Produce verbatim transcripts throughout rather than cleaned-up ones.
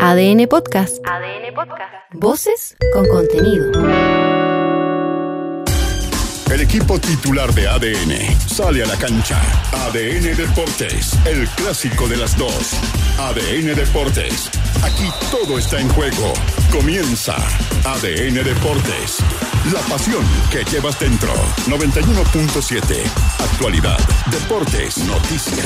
A D N Podcast. A D N Podcast. Voces con contenido. El equipo titular de A D N sale a la cancha. A D N Deportes, el clásico de las dos. A D N Deportes, aquí todo está en juego. Comienza A D N Deportes, la pasión que llevas dentro. noventa y uno punto siete, actualidad, deportes, noticias.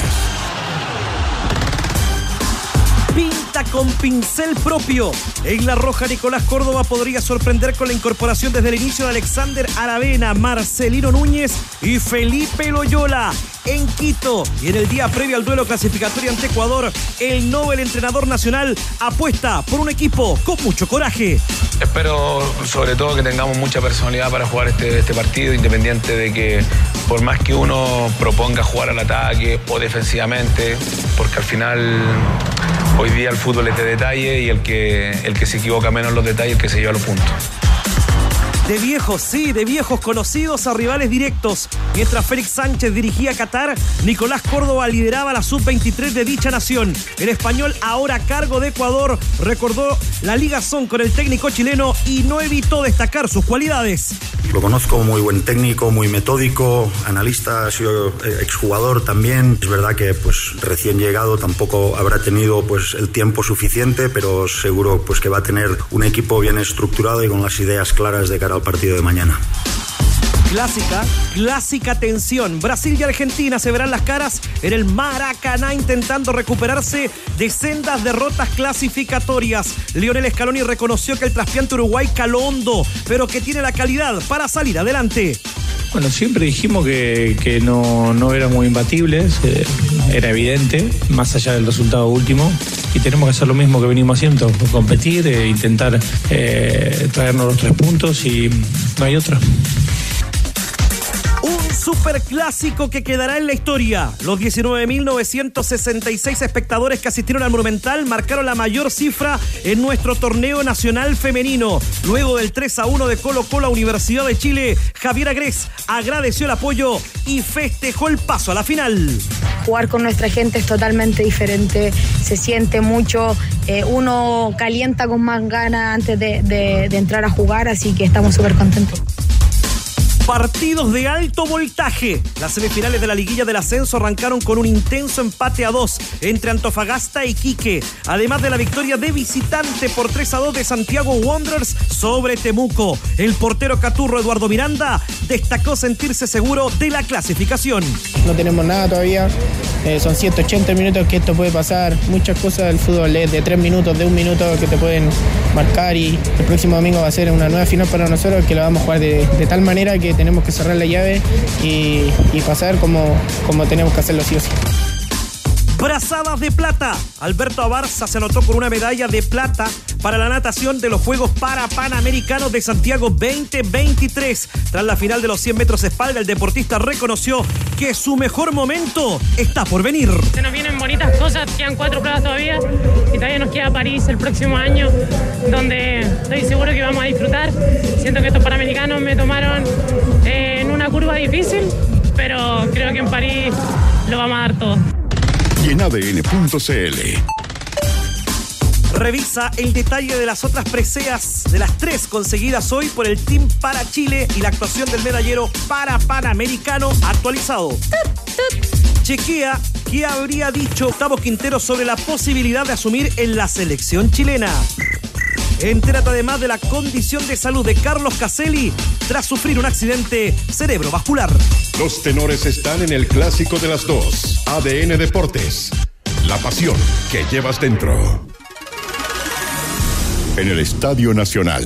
Pinta con pincel propio. En La Roja, Nicolás Córdoba podría sorprender con la incorporación desde el inicio de Alexander Aravena, Marcelino Núñez y Felipe Loyola. En Quito y en el día previo al duelo clasificatorio ante Ecuador, el Nobel entrenador nacional apuesta por un equipo con mucho coraje. Espero sobre todo que tengamos mucha personalidad para jugar este, este partido, independiente de que por más que uno proponga jugar al ataque o defensivamente, porque al final hoy día el fútbol es de detalle y el que, el que se equivoca menos en los detalles es el que se lleva los puntos. De viejos, sí, de viejos conocidos a rivales directos. Mientras Félix Sánchez dirigía Qatar, Nicolás Córdoba lideraba la sub veintitrés de dicha nación. El español, ahora a cargo de Ecuador, recordó la ligazón con el técnico chileno y no evitó destacar sus cualidades. Lo conozco, muy buen técnico, muy metódico, analista, ha sido exjugador también. Es verdad que pues recién llegado tampoco habrá tenido pues el tiempo suficiente, pero seguro pues que va a tener un equipo bien estructurado y con las ideas claras de cara al partido de mañana. Clásica, clásica tensión. Brasil y Argentina se verán las caras en el Maracaná intentando recuperarse de sendas derrotas clasificatorias. Lionel Scaloni reconoció que el traspiante Uruguay caló hondo, pero que tiene la calidad para salir adelante. Bueno, siempre dijimos que, que no, no éramos imbatibles, eh, era evidente, más allá del resultado último, y tenemos que hacer lo mismo que venimos haciendo, competir, eh, intentar eh, traernos los tres puntos y no hay otra. Superclásico que quedará en la historia. Los diecinueve mil novecientos sesenta y seis espectadores que asistieron al Monumental marcaron la mayor cifra en nuestro torneo nacional femenino. Luego del tres a uno de Colo-Colo a Universidad de Chile, Javier Agrés agradeció el apoyo y festejó el paso a la final. Jugar con nuestra gente es totalmente diferente, se siente mucho, eh, uno calienta con más ganas antes de, de, de entrar a jugar, así que estamos súper contentos. Partidos de alto voltaje. Las semifinales de la liguilla del ascenso arrancaron con un intenso empate a dos entre Antofagasta y Iquique, además de la victoria de visitante por tres a dos de Santiago Wanderers sobre Temuco. El portero caturro Eduardo Miranda destacó sentirse seguro de la clasificación. No tenemos nada todavía, eh, son ciento ochenta minutos que esto puede pasar, muchas cosas del fútbol es de tres minutos, de un minuto que te pueden marcar, y el próximo domingo va a ser una nueva final para nosotros que la vamos a jugar de, de tal manera que tenemos que cerrar la llave y, y pasar como, como tenemos que hacerlo sí o sí. Brazadas de plata. Alberto Abarza se anotó con una medalla de plata para la natación de los Juegos Parapanamericanos de Santiago veinte veintitrés. Tras la final de los cien metros espalda, el deportista reconoció que su mejor momento está por venir. Se nos vienen bonitas cosas, quedan cuatro pruebas todavía y todavía nos queda París el próximo año, donde estoy seguro que vamos a disfrutar. Siento que estos Panamericanos me tomaron eh, en una curva difícil, pero creo que en París lo vamos a dar todo. Y en A D N punto C L. Revisa el detalle de las otras preseas, de las tres conseguidas hoy por el Team para Chile y la actuación del medallero para Panamericano actualizado. Chequea qué habría dicho Gustavo Quintero sobre la posibilidad de asumir en la selección chilena. Entérate además de la condición de salud de Carlos Caselli tras sufrir un accidente cerebrovascular. Los tenores están en el clásico de las dos. A D N Deportes, la pasión que llevas dentro. En el Estadio Nacional.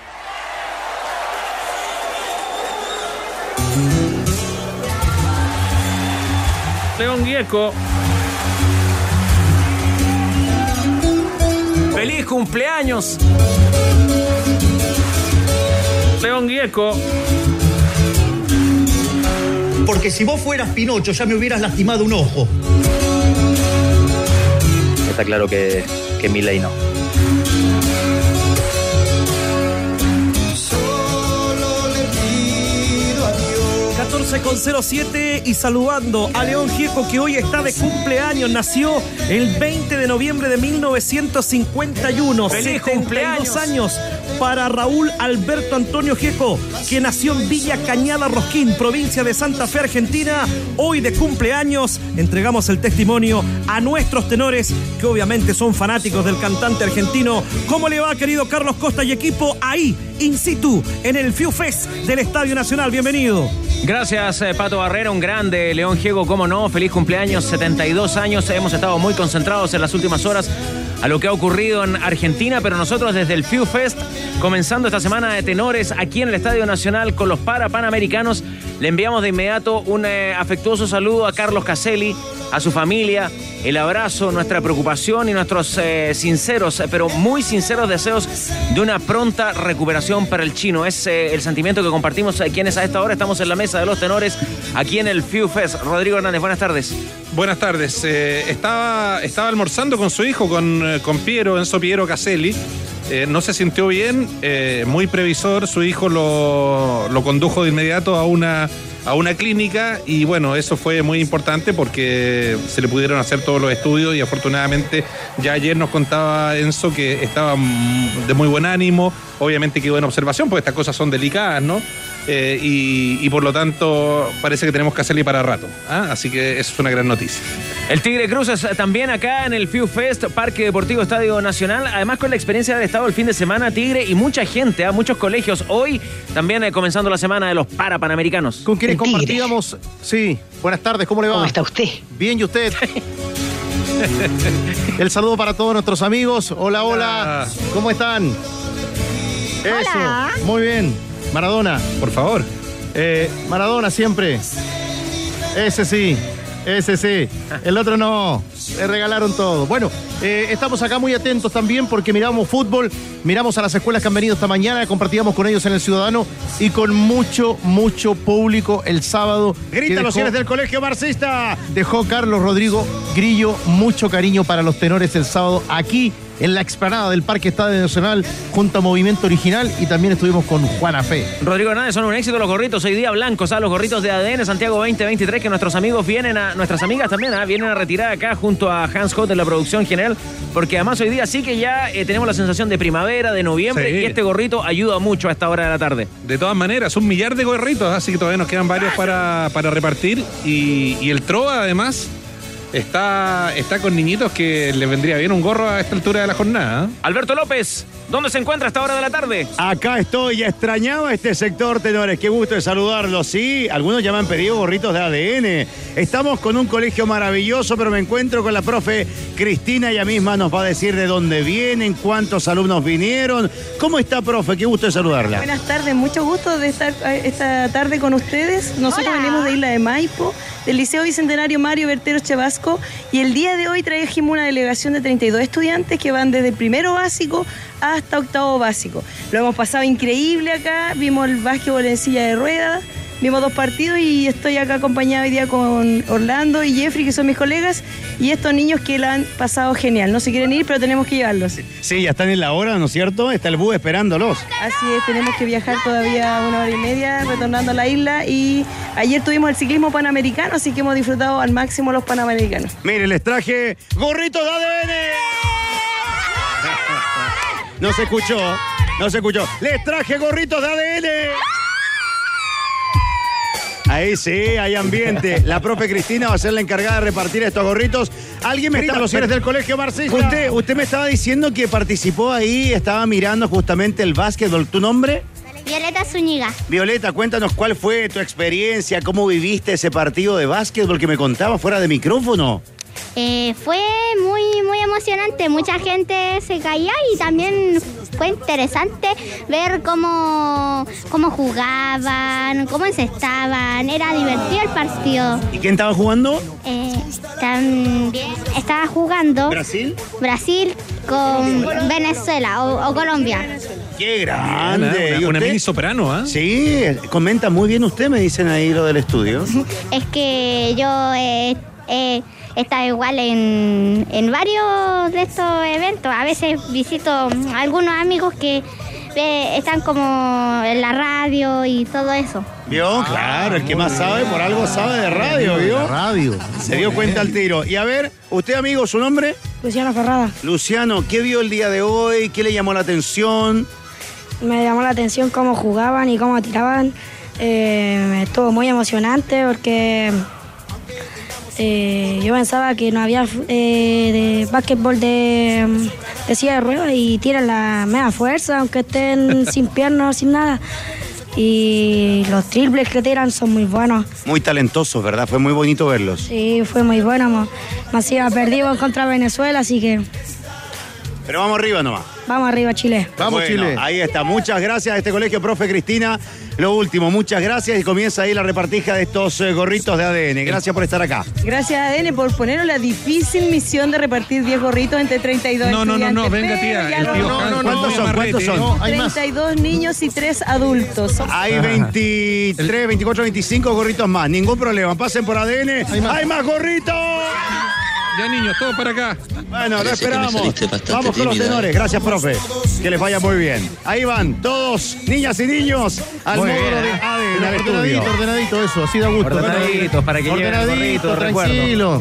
León Gieco. ¡Feliz cumpleaños! León Gieco. Porque si vos fueras Pinocho ya me hubieras lastimado un ojo. Está claro que, que Milei no. once con cero siete y saludando a León Gieco, que hoy está de cumpleaños. Nació el veinte de noviembre de mil novecientos cincuenta y uno. ¡Feliz cumpleaños! años para Raúl Alberto Antonio Gieco, que nació en Villa Cañada Rosquín, provincia de Santa Fe, Argentina. Hoy de cumpleaños entregamos el testimonio a nuestros tenores, que obviamente son fanáticos del cantante argentino. ¿Cómo le va, querido Carlos Costa y equipo? Ahí, in situ, en el Fiu Fest del Estadio Nacional. Bienvenido. Gracias, eh, Pato Barrera, un grande. León Gieco, cómo no, feliz cumpleaños, setenta y dos años. Hemos estado muy concentrados en las últimas horas a lo que ha ocurrido en Argentina, pero nosotros desde el Fiu Fest, comenzando esta semana de tenores aquí en el Estadio Nacional con los para panamericanos, le enviamos de inmediato un eh, afectuoso saludo a Carlos Caselli, a su familia, el abrazo, nuestra preocupación y nuestros eh, sinceros, pero muy sinceros deseos de una pronta recuperación para el chino. Es eh, el sentimiento que compartimos eh, quienes a esta hora estamos en la mesa de los tenores aquí en el Fiu Fest. Rodrigo Hernández, buenas tardes. Buenas tardes. Eh, estaba, estaba almorzando con su hijo, con, con Piero, Enzo Piero Caselli. Eh, no se sintió bien, eh, muy previsor. Su hijo lo, lo condujo de inmediato a una, a una clínica y bueno, eso fue muy importante porque se le pudieron hacer todos los estudios y afortunadamente ya ayer nos contaba Enzo que estaba de muy buen ánimo. Obviamente quedó en observación porque estas cosas son delicadas, ¿no? Eh, y, y por lo tanto parece que tenemos que hacerle para rato, ¿ah? Así que eso es una gran noticia. El Tigre Cruz es también acá en el Fiu Fest, Parque Deportivo Estadio Nacional, además con la experiencia de haber estado el fin de semana Tigre y mucha gente, ¿eh? Muchos colegios, hoy también eh, comenzando la semana de los para panamericanos. ¿Con quiénes compartíamos? Sí, buenas tardes, ¿cómo le va? ¿Cómo está usted? Bien, ¿y usted? El saludo para todos nuestros amigos. Hola, hola, ¿cómo están? Hola. Eso, muy bien. Maradona, por favor. Eh, Maradona siempre. Ese sí, ese sí. El otro no. Le regalaron todo. Bueno, eh, estamos acá muy atentos también porque miramos fútbol, miramos a las escuelas que han venido esta mañana, compartíamos con ellos en el Ciudadano y con mucho, mucho público el sábado. Grita los cienes del colegio marxista. Dejó Carlos Rodrigo Grillo mucho cariño para los tenores el sábado aquí en la explanada del Parque Estadio Nacional junto a Movimiento Original y también estuvimos con Juana Fe. Rodrigo Hernández, son un éxito los gorritos, hoy día blancos, ¿sabes? Los gorritos de A D N Santiago veinte veintitrés, que nuestros amigos vienen a, nuestras amigas también, ¿eh? Vienen a retirar acá junto a Hans Hot de la producción general, porque además hoy día sí que ya eh, tenemos la sensación de primavera, de noviembre, sí. Y este gorrito ayuda mucho a esta hora de la tarde. De todas maneras, un millar de gorritos, así que todavía nos quedan varios para, para repartir y, y el Trova además Está, está con niñitos que les vendría bien un gorro a esta altura de la jornada, ¿eh? Alberto López, ¿dónde se encuentra a esta hora de la tarde? Acá estoy, ya extrañaba este sector, tenores. Qué gusto de saludarlos. Sí, algunos ya me han pedido gorritos de A D N. Estamos con un colegio maravilloso, pero me encuentro con la profe Cristina. Ella misma nos va a decir de dónde vienen, cuántos alumnos vinieron. ¿Cómo está, profe? Qué gusto de saludarla. Buenas tardes, mucho gusto de estar esta tarde con ustedes. Nosotros Hola. venimos de Isla de Maipo, del Liceo Bicentenario Mario Berteros Chevasco, y el día de hoy trajimos una delegación de treinta y dos estudiantes que van desde el primero básico hasta octavo básico. Lo hemos pasado increíble acá, vimos el básquetbol en silla de ruedas, vimos dos partidos y estoy acá acompañada hoy día con Orlando y Jeffrey, que son mis colegas, y estos niños que la han pasado genial. No se quieren ir, pero tenemos que llevarlos. Sí, ya están en la hora, ¿no es cierto? Está el bus esperándolos. Así es, tenemos que viajar todavía una hora y media retornando a la isla, y ayer tuvimos el ciclismo panamericano, así que hemos disfrutado al máximo los panamericanos. Mire, les traje gorritos de A D N. No se escuchó, no se escuchó. Les traje gorritos de A D N. Ahí sí, hay ambiente. La profe Cristina va a ser la encargada de repartir estos gorritos. Alguien me está... los cienes del colegio marxista. Usted, usted me estaba diciendo que participó ahí, estaba mirando justamente el básquetbol. ¿Tu nombre? Violeta Zúñiga. Violeta, cuéntanos cuál fue tu experiencia, cómo viviste ese partido de básquetbol que me contaba fuera de micrófono. Eh, fue muy, muy emocionante, mucha gente se caía y también fue interesante ver cómo, cómo jugaban, cómo encestaban, era divertido el partido. ¿Y quién estaba jugando? Eh, también estaba jugando ¿Brasil? Brasil con Venezuela o, o Colombia. ¡Qué grande! Una, una mini soprano, ¿ah? ¿eh? Sí, comenta muy bien usted, me dicen ahí lo del estudio. Es que yo... Eh, eh, Está igual en, en varios de estos eventos. A veces visito a algunos amigos que eh, están como en la radio y todo eso. ¿Vio? Claro, el que más sabe por algo sabe de radio, ¿vio? Radio. Se dio cuenta al tiro. Y a ver, usted, amigo, ¿su nombre? Luciano Ferrada. Luciano, ¿qué vio el día de hoy? ¿Qué le llamó la atención? Me llamó la atención cómo jugaban y cómo tiraban. Eh, estuvo muy emocionante porque eh, yo pensaba que no había eh, de básquetbol de, de silla de ruedas y tiran la media fuerza, aunque estén sin piernas, sin nada. Y los triples que tiran son muy buenos. Muy talentosos, ¿verdad? Fue muy bonito verlos. Sí, fue muy bueno. Más iba perdido contra Venezuela, así que... Pero vamos arriba nomás. Vamos arriba, Chile. Vamos, Bueno, Chile. Ahí está. Muchas gracias a este colegio, profe Cristina. Lo último, muchas gracias y comienza ahí la repartija de estos eh, gorritos de A D N. Gracias por estar acá. Gracias a A D N por ponernos la difícil misión de repartir diez gorritos entre treinta y dos No, no, no, estudiantes. no, venga, Pero tía, ya el lo- tío No, Hans, no, no, ¿Cuántos son? ¿Cuántos son? No, hay más. treinta y dos niños y tres adultos. Somos- Hay veintitrés, veinticuatro, veinticinco gorritos más. Ningún problema. Pasen por A D N. Hay más. ¡Hay más gorritos! Ya, niños, todos para acá. Bueno, lo Parece que me esperamos. saliste bastante Vamos con los tímida, tenores. ¿eh? Gracias, profe. Que les vaya muy bien. Ahí van todos, niñas y niños, al Muy módulo bien, de ¿eh? A D N al Ordenadito, estudio. ordenadito, eso, así da gusto. Ordenaditos, para que lleven el Ordenadito, gorrito, recuerdo. tranquilo.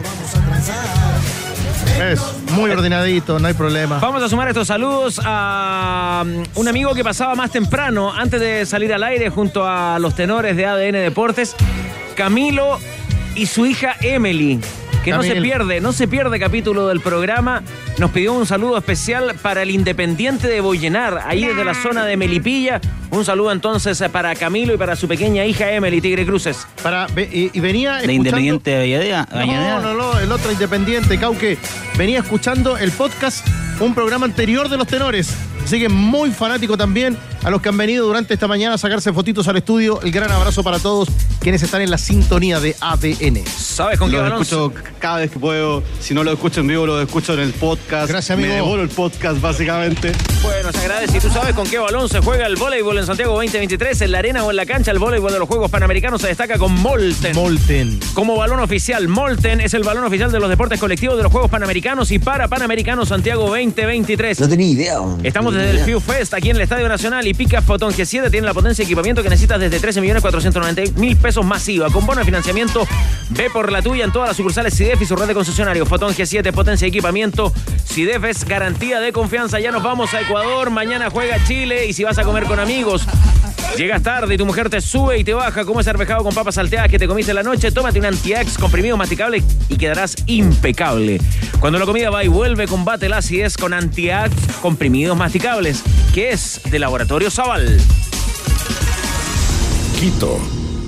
Es muy ordenadito, no hay problema. Vamos a sumar estos saludos a um, un amigo que pasaba más temprano, antes de salir al aire, junto a los tenores de A D N Deportes, Camilo y su hija Emily, que no se Camil. pierde, no se pierde capítulo del programa. Nos pidió un saludo especial para el Independiente de Boyenar, ahí desde la zona de Melipilla. Un saludo entonces para Camilo y para su pequeña hija Emily, Tigre Cruces. Para, ve- y, y venía ¿De escuchando... Independiente de Avellaneda? No, no, no, el otro Independiente, Cauque, venía escuchando el podcast, un programa anterior de los tenores. Así que muy fanático también a los que han venido durante esta mañana a sacarse fotitos al estudio. El gran abrazo para todos quienes están en la sintonía de A D N. ¿Sabes con qué Lo balón? escucho cada vez que puedo. Si no lo escucho en vivo, lo escucho en el podcast. Gracias, amigo. Me devoro el podcast, básicamente. Bueno, se agradece. ¿Y tú sabes con qué balón se juega el voleibol en Santiago veinte veintitrés? ¿En la arena o en la cancha? El voleibol de los Juegos Panamericanos se destaca con Molten. Molten. Como balón oficial, Molten es el balón oficial de los deportes colectivos de los Juegos Panamericanos y para Panamericanos Santiago veinte veintitrés. No tenía idea. Estamos no desde tenía el idea. Fiu Fest aquí en el Estadio Nacional y Pickup Photon G siete tiene la potencia de equipamiento que necesitas desde trece millones cuatrocientos noventa mil pesos masiva. Con bono de financiamiento, ve por la tuya en todas las sucursales SIDEF y su red de concesionarios. Photon G siete, potencia de equipamiento. SIDEF es garantía de confianza. Ya nos vamos a Ecuador. Mañana juega Chile y si vas a comer con amigos, llegas tarde y tu mujer te sube y te baja como ese arvejado con papas salteadas que te comiste en la noche, tómate un Anti-Ax comprimido masticable y quedarás impecable. Cuando la comida va y vuelve, combate la acidez con Anti-Ax comprimidos masticables, que es de Laboratorio Zaval. Quito.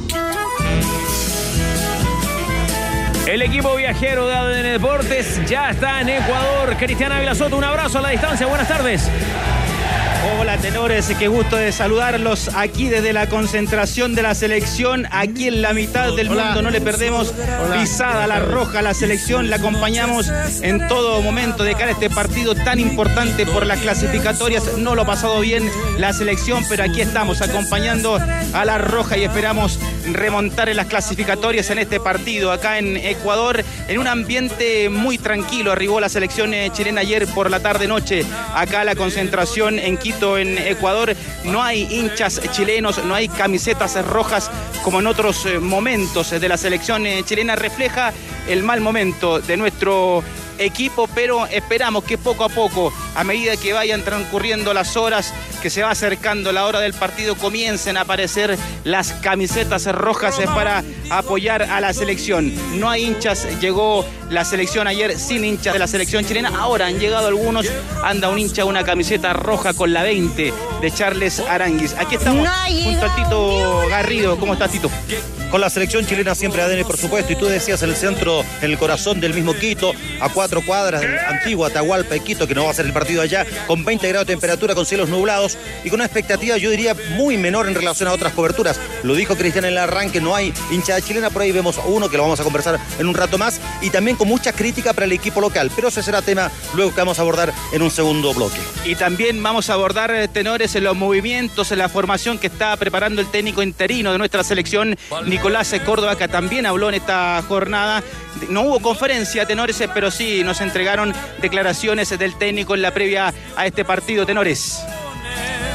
El equipo viajero de A D N Deportes ya está en Ecuador. Cristian Ávila Soto, un abrazo a la distancia. Buenas tardes. Hola tenores, qué gusto de saludarlos aquí desde la concentración de la selección, aquí en la mitad del Hola. mundo, no le perdemos pisada a la roja, la selección la acompañamos en todo momento de cara a este partido tan importante por las clasificatorias, no lo ha pasado bien la selección, pero aquí estamos acompañando a la roja y esperamos remontar en las clasificatorias en este partido acá en Ecuador, en un ambiente muy tranquilo. Arribó la selección eh, chilena ayer por la tarde-noche acá a la concentración en Quito, en Ecuador. No hay hinchas chilenos, no hay camisetas rojas como en otros eh, momentos de la selección eh, chilena. Refleja el mal momento de nuestro equipo, pero esperamos que poco a poco, a medida que vayan transcurriendo las horas, que se va acercando la hora del partido, comiencen a aparecer las camisetas rojas eh, para apoyar a la selección. No hay hinchas, llegó la selección ayer sin hinchas de la selección chilena, ahora han llegado algunos, anda un hincha, una camiseta roja con la veinte de Charles Aranguis. Aquí estamos junto al Tito Garrido. ¿Cómo estás, Tito? Con la selección chilena siempre A D N, por supuesto, y tú decías en el centro, en el corazón del mismo Quito, a cuatro cuadras del antiguo Atahualpa de Quito, que no va a ser el partido allá, con veinte grados de temperatura, con cielos nublados y con una expectativa, yo diría, muy menor en relación a otras coberturas. Lo dijo Cristian en el arranque, no hay hinchada chilena, por ahí vemos uno que lo vamos a conversar en un rato más, y también con mucha crítica para el equipo local, pero ese será tema luego que vamos a abordar en un segundo bloque. Y también vamos a abordar, eh, tenores, en los movimientos, en la formación que está preparando el técnico interino de nuestra selección, Nicolás Córdoba, que también habló en esta jornada. No hubo conferencia, tenores, pero sí nos entregaron declaraciones del técnico en la previa a este partido, tenores.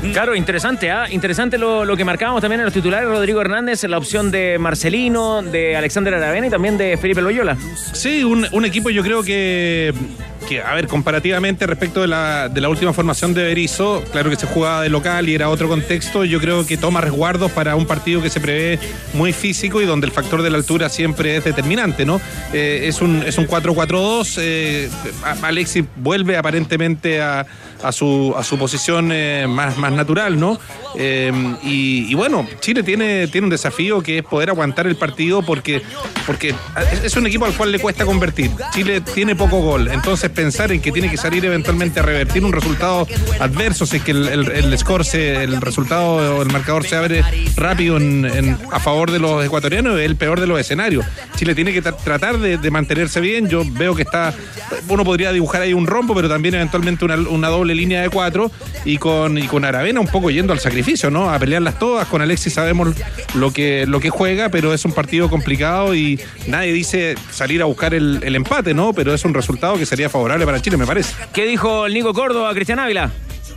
Claro, interesante, ¿ah? ¿eh? Interesante lo, lo que marcábamos también en los titulares, Rodrigo Hernández, la opción de Marcelino, de Alexander Aravena y también de Felipe Loyola. Sí, un, un equipo yo creo que, que, a ver, comparativamente respecto de la, de la última formación de Berizzo, claro que se jugaba de local y era otro contexto, yo creo que toma resguardos para un partido que se prevé muy físico y donde el factor de la altura siempre es determinante, ¿no? Eh, es un, es un cuatro cuatro dos, eh, Alexis vuelve aparentemente a, a, su, a su posición eh, más, más natural, ¿no? Eh, y, y bueno, Chile tiene, tiene un desafío que es poder aguantar el partido porque, porque es un equipo al cual le cuesta convertir. Chile tiene poco gol, entonces pensar en que tiene que salir eventualmente a revertir un resultado adverso, si es que el, el, el score, se, el resultado, el marcador se abre rápido en, en, a favor de los ecuatorianos, es el peor de los escenarios. Chile tiene que tra- tratar de, de mantenerse bien. Yo veo que está, uno podría dibujar ahí un rombo, pero también eventualmente una, una doble línea de cuatro y con, y con Aravena un poco yendo al sacrificio, ¿no? A pelearlas todas. Con Alexis sabemos lo que, lo que juega, pero es un partido complicado y nadie dice salir a buscar el, el empate, ¿no? Pero es un resultado que sería favorable para Chile, me parece. ¿Qué dijo el Nico Córdoba, Cristian Ávila?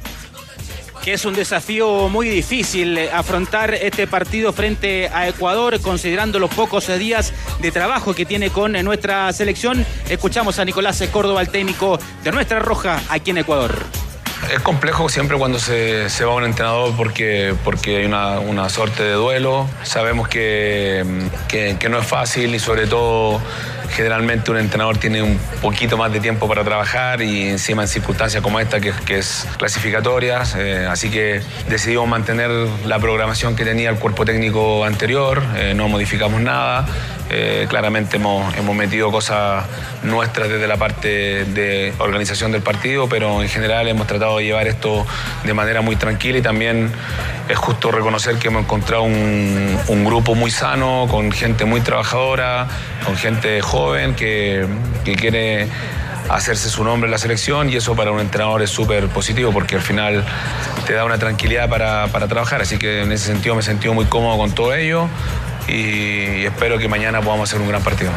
Que es un desafío muy difícil afrontar este partido frente a Ecuador, considerando los pocos días de trabajo que tiene con nuestra selección. Escuchamos a Nicolás Córdoba, el técnico de nuestra Roja aquí en Ecuador. Es complejo siempre cuando se, se va un entrenador porque, porque hay una, una suerte de duelo. Sabemos que, que, que no es fácil y sobre todo generalmente un entrenador tiene un poquito más de tiempo para trabajar y encima en circunstancias como esta que, que es clasificatorias. Eh, así que decidimos mantener la programación que tenía el cuerpo técnico anterior, eh, no modificamos nada. Eh, claramente hemos, hemos metido cosas nuestras desde la parte de organización del partido, pero en general hemos tratado de llevar esto de manera muy tranquila y también es justo reconocer que hemos encontrado un, un grupo muy sano, con gente muy trabajadora, con gente joven que, que quiere hacerse su nombre en la selección y eso para un entrenador es súper positivo porque al final te da una tranquilidad para, para trabajar, así que en ese sentido me he sentido muy cómodo con todo ello y espero que mañana podamos hacer un gran partido.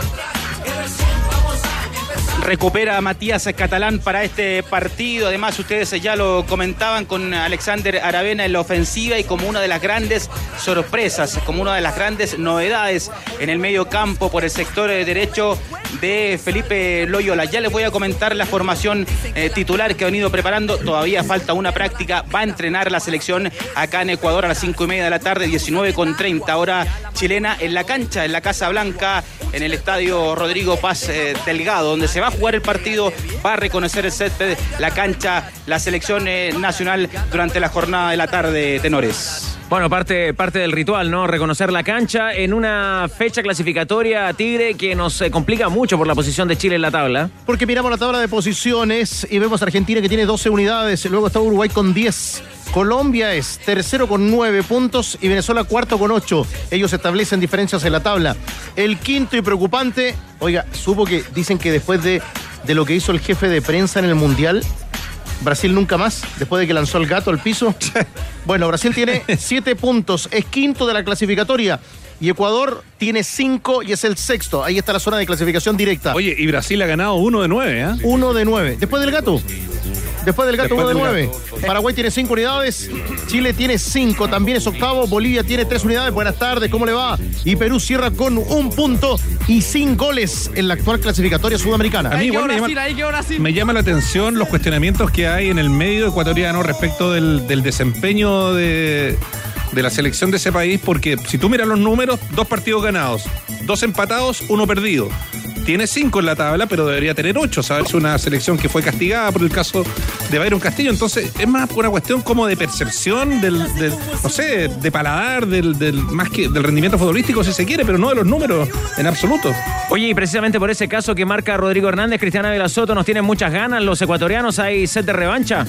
Recupera a Matías Catalán para este partido. Además, ustedes ya lo comentaban con Alexander Aravena en la ofensiva y como una de las grandes sorpresas, como una de las grandes novedades en el medio campo por el sector derecho de Felipe Loyola. Ya les voy a comentar la formación eh, titular que ha venido preparando. Todavía falta una práctica. Va a entrenar la selección acá en Ecuador a las cinco y media de la tarde, diecinueve con treinta, hora chilena, en la cancha, en la Casa Blanca, en el estadio Rodrigo Paz eh, Delgado, donde se va a jugar el partido, va a reconocer el césped, la cancha, la selección eh, nacional durante la jornada de la tarde, tenores. Bueno, parte, parte del ritual, ¿no? Reconocer la cancha en una fecha clasificatoria, Tigre, que nos eh, complica mucho por la posición de Chile en la tabla. Porque miramos la tabla de posiciones y vemos a Argentina que tiene doce unidades, luego está Uruguay con diez. Colombia es tercero con nueve puntos y Venezuela cuarto con ocho. Ellos establecen diferencias en la tabla. El quinto y preocupante, oiga, supo que dicen que después de, de lo que hizo el jefe de prensa en el Mundial, Brasil nunca más, después de que lanzó el gato al piso. Bueno, Brasil tiene siete puntos, es quinto de la clasificatoria. Y Ecuador tiene cinco y es el sexto. Ahí está la zona de clasificación directa. Oye, y Brasil ha ganado uno de nueve, ¿eh? Uno de nueve. Después del gato. Después del gato, uno de nueve. Paraguay tiene cinco unidades. Chile tiene cinco, también es octavo. Bolivia tiene tres unidades. Buenas tardes, ¿cómo le va? Y Perú cierra con un punto y sin goles en la actual clasificatoria sudamericana. A mí igual me llama, me llama la atención los cuestionamientos que hay en el medio ecuatoriano respecto del, del desempeño de, de la selección de ese país, porque si tú miras los números, dos partidos ganados, dos empatados, uno perdido. Tiene cinco en la tabla, pero debería tener ocho, ¿sabes? Es una selección que fue castigada por el caso de Byron Castillo. Entonces, es más una cuestión como de percepción, del, del no sé, de paladar, del, del, más que del rendimiento futbolístico, si se quiere, pero no de los números en absoluto. Oye, y precisamente por ese caso que marca Rodrigo Hernández, Cristian Ávila Soto, nos tienen muchas ganas los ecuatorianos. ¿Hay set de revancha?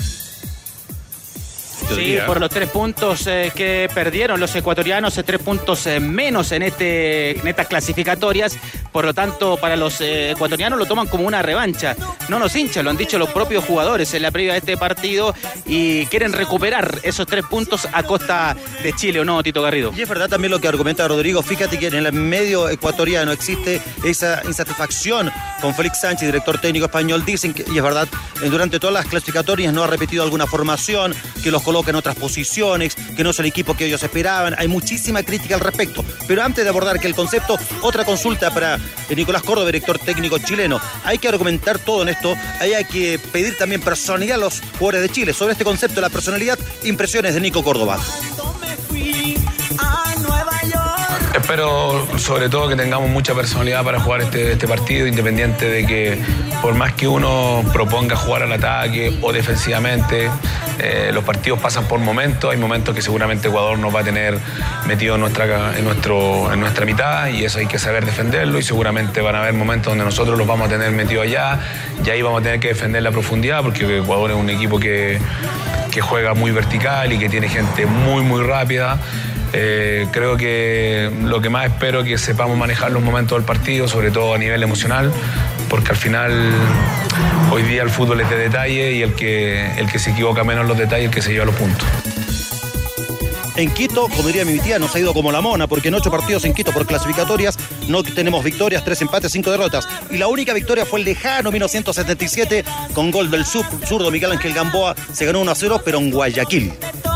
Sí, por los tres puntos eh, que perdieron los ecuatorianos, eh, tres puntos eh, menos en, este, en estas clasificatorias, Por lo tanto, para los eh, ecuatorianos lo toman como una revancha. No los hinchas, lo han dicho los propios jugadores en la previa de este partido y quieren recuperar esos tres puntos a costa de Chile, ¿o no, Tito Garrido? Y es verdad también lo que argumenta Rodrigo. Fíjate que en el medio ecuatoriano existe esa insatisfacción con Félix Sánchez, director técnico español. Dicen que, y es verdad, durante todas las clasificatorias no ha repetido alguna formación, que los coloca en otras posiciones, que no es el equipo que ellos esperaban. Hay muchísima crítica al respecto. Pero antes de abordar que el concepto, otra consulta para Nicolás Córdoba, director técnico chileno. Hay que argumentar todo en esto. Hay que pedir también personalidad a los jugadores de Chile. Sobre este concepto de la personalidad, impresiones de Nico Córdoba. Espero sobre todo que tengamos mucha personalidad para jugar este, este partido, independiente de que por más que uno proponga jugar al ataque o defensivamente, eh, los partidos pasan por momentos. Hay momentos que seguramente Ecuador nos va a tener metido en nuestra, en, nuestro, en nuestra mitad, y eso hay que saber defenderlo, y seguramente van a haber momentos donde nosotros los vamos a tener metidos allá, y ahí vamos a tener que defender la profundidad, porque Ecuador es un equipo que, que juega muy vertical y que tiene gente muy muy rápida. Eh, creo que lo que más espero es que sepamos manejar los momentos del partido, sobre todo a nivel emocional, porque al final hoy día el fútbol es de detalle, y el que, el que se equivoca menos en los detalles es el que se lleva los puntos. En Quito, como diría mi tía, nos ha ido como la mona, porque en ocho partidos en Quito por clasificatorias no tenemos victorias, tres empates, cinco derrotas. Y la única victoria fue el lejano mil novecientos setenta y siete, con gol del zurdo Miguel Ángel Gamboa. Se ganó uno a cero, pero en Guayaquil.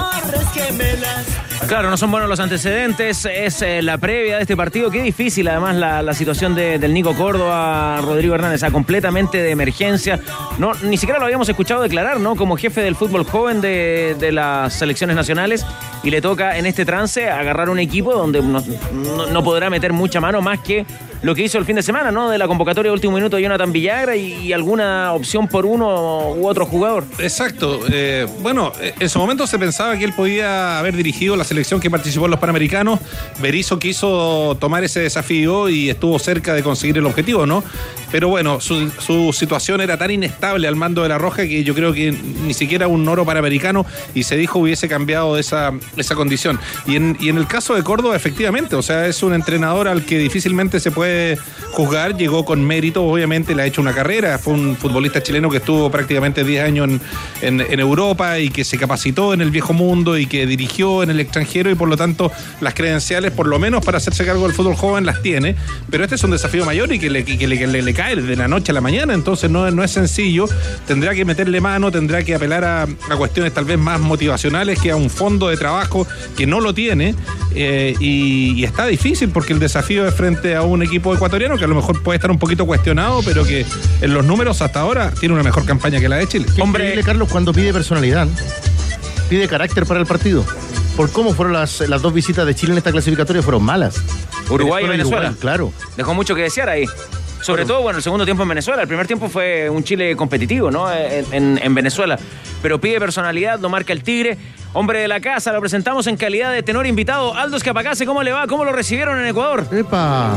Claro, no son buenos los antecedentes, es eh, la previa de este partido. Qué difícil además la, la situación de, del Nico Córdoba, Rodrigo Hernández, a completamente de emergencia. No, ni siquiera lo habíamos escuchado declarar, ¿no? Como jefe del fútbol joven de, de las selecciones nacionales, y le toca en este trance agarrar un equipo donde no, no, no podrá meter mucha mano más que lo que hizo el fin de semana, ¿no? De la convocatoria de último minuto de Jonathan Villagra y, y alguna opción por uno u otro jugador. Exacto. Eh, bueno, en su momento se pensaba que él podía haber dirigido la selección que participó en los Panamericanos. Berizzo quiso tomar ese desafío y estuvo cerca de conseguir el objetivo, ¿no? Pero bueno, su, su situación era tan inestable al mando de La Roja que yo creo que ni siquiera un oro panamericano, y se dijo, hubiese cambiado esa, esa condición. Y en, y en el caso de Córdoba, efectivamente, o sea, es un entrenador al que difícilmente se puede juzgar. Llegó con mérito, obviamente, le ha hecho una carrera. Fue un futbolista chileno que estuvo prácticamente diez años en, en, en Europa, y que se capacitó en el viejo mundo y que dirigió en el extranjero, y por lo tanto las credenciales, por lo menos para hacerse cargo del fútbol joven, las tiene. Pero este es un desafío mayor y que le, que le, que le, le cae de la noche a la mañana, entonces no, no es sencillo. Tendrá que meterle mano, tendrá que apelar a, a cuestiones tal vez más motivacionales, que a un fondo de trabajo que no lo tiene, eh, y, y está difícil, porque el desafío es frente a un equipo ecuatoriano que a lo mejor puede estar un poquito cuestionado, pero que en los números hasta ahora tiene una mejor campaña que la de Chile. Hombre, Carlos, cuando pide personalidad, pide carácter para el partido. Por cómo fueron las, las dos visitas de Chile en esta clasificatoria, fueron malas. Uruguay y Venezuela. Uruguay, claro. Dejó mucho que desear ahí. Sobre todo, bueno, el segundo tiempo en Venezuela. El primer tiempo fue un Chile competitivo, ¿no? En, en, en Venezuela. Pero pide personalidad, lo marca el Tigre. Hombre de la casa, lo presentamos en calidad de tenor invitado. Aldo Escapacase, ¿cómo le va? ¿Cómo lo recibieron en Ecuador? ¡Epa!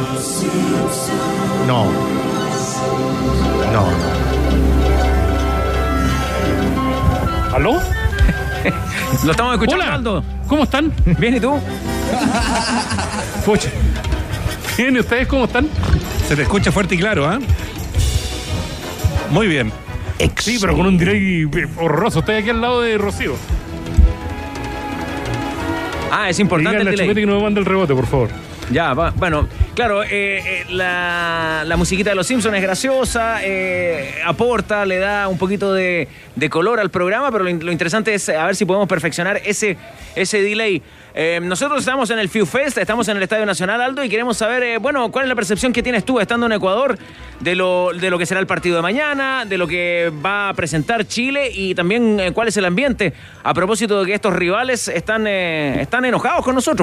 No. No. ¿Aló? Lo estamos escuchando, Hola. Aldo. ¿Cómo están? Bien, ¿y tú? Pucha. Bien, ¿y ustedes cómo están? Se te escucha fuerte y claro, ¿ah? ¿eh? Muy bien. Sí, pero con un delay horroroso. Estoy aquí al lado de Rocío. Ah, es importante el la delay. Chupete que no me mande el rebote, por favor. Ya, va, bueno, claro, eh, eh, la, la musiquita de Los Simpsons es graciosa, eh, aporta, le da un poquito de, de color al programa, pero lo, lo interesante es a ver si podemos perfeccionar ese, ese delay. Eh, nosotros estamos en el F I U Fest, estamos en el Estadio Nacional, Aldo, y queremos saber, eh, bueno, ¿cuál es la percepción que tienes tú estando en Ecuador de lo, de lo que será el partido de mañana, de lo que va a presentar Chile, y también eh, cuál es el ambiente a propósito de que estos rivales están, eh, están enojados con nosotros?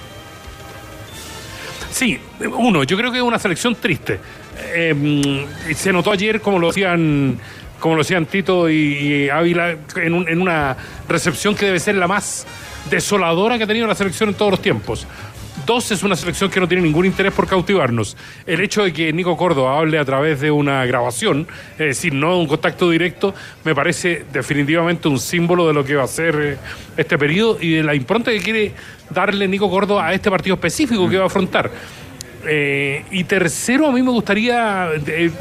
Sí, uno, yo creo que es una selección triste. Eh, se notó ayer, como lo decían, como lo decían Tito y, y Ávila, en, un, en una recepción que debe ser la más desoladora que ha tenido la selección en todos los tiempos. Dos, es una selección que no tiene ningún interés por cautivarnos. El hecho de que Nico Córdoba hable a través de una grabación, es decir, no un contacto directo, me parece definitivamente un símbolo de lo que va a ser este periodo y de la impronta que quiere darle Nico Córdoba a este partido específico que va a afrontar. Eh, y tercero, a mí me gustaría... Eh,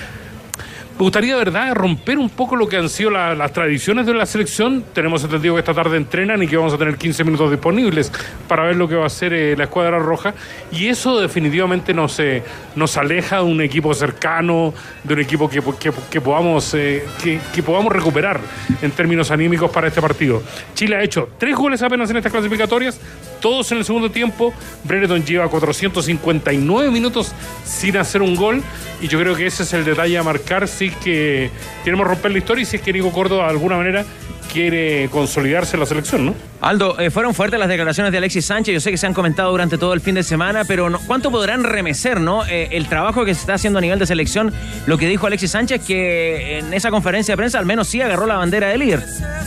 Me gustaría, de verdad, romper un poco lo que han sido la, las tradiciones de la selección. Tenemos entendido que esta tarde entrenan y que vamos a tener quince minutos disponibles para ver lo que va a hacer eh, la escuadra roja. Y eso definitivamente nos, eh, nos aleja de un equipo cercano, de un equipo que, que, que, podamos, eh, que, que podamos recuperar en términos anímicos para este partido. Chile ha hecho tres goles apenas en estas clasificatorias, todos en el segundo tiempo. Brereton lleva cuatrocientos cincuenta y nueve minutos sin hacer un gol. Y yo creo que ese es el detalle a marcar si es que queremos romper la historia y si es que Nico Córdoba de alguna manera quiere consolidarse en la selección, ¿no? Aldo, eh, fueron fuertes las declaraciones de Alexis Sánchez. Yo sé que se han comentado durante todo el fin de semana, pero no, ¿cuánto podrán remecer, no? Eh, el trabajo que se está haciendo a nivel de selección, lo que dijo Alexis Sánchez, que en esa conferencia de prensa al menos sí agarró la bandera de líder.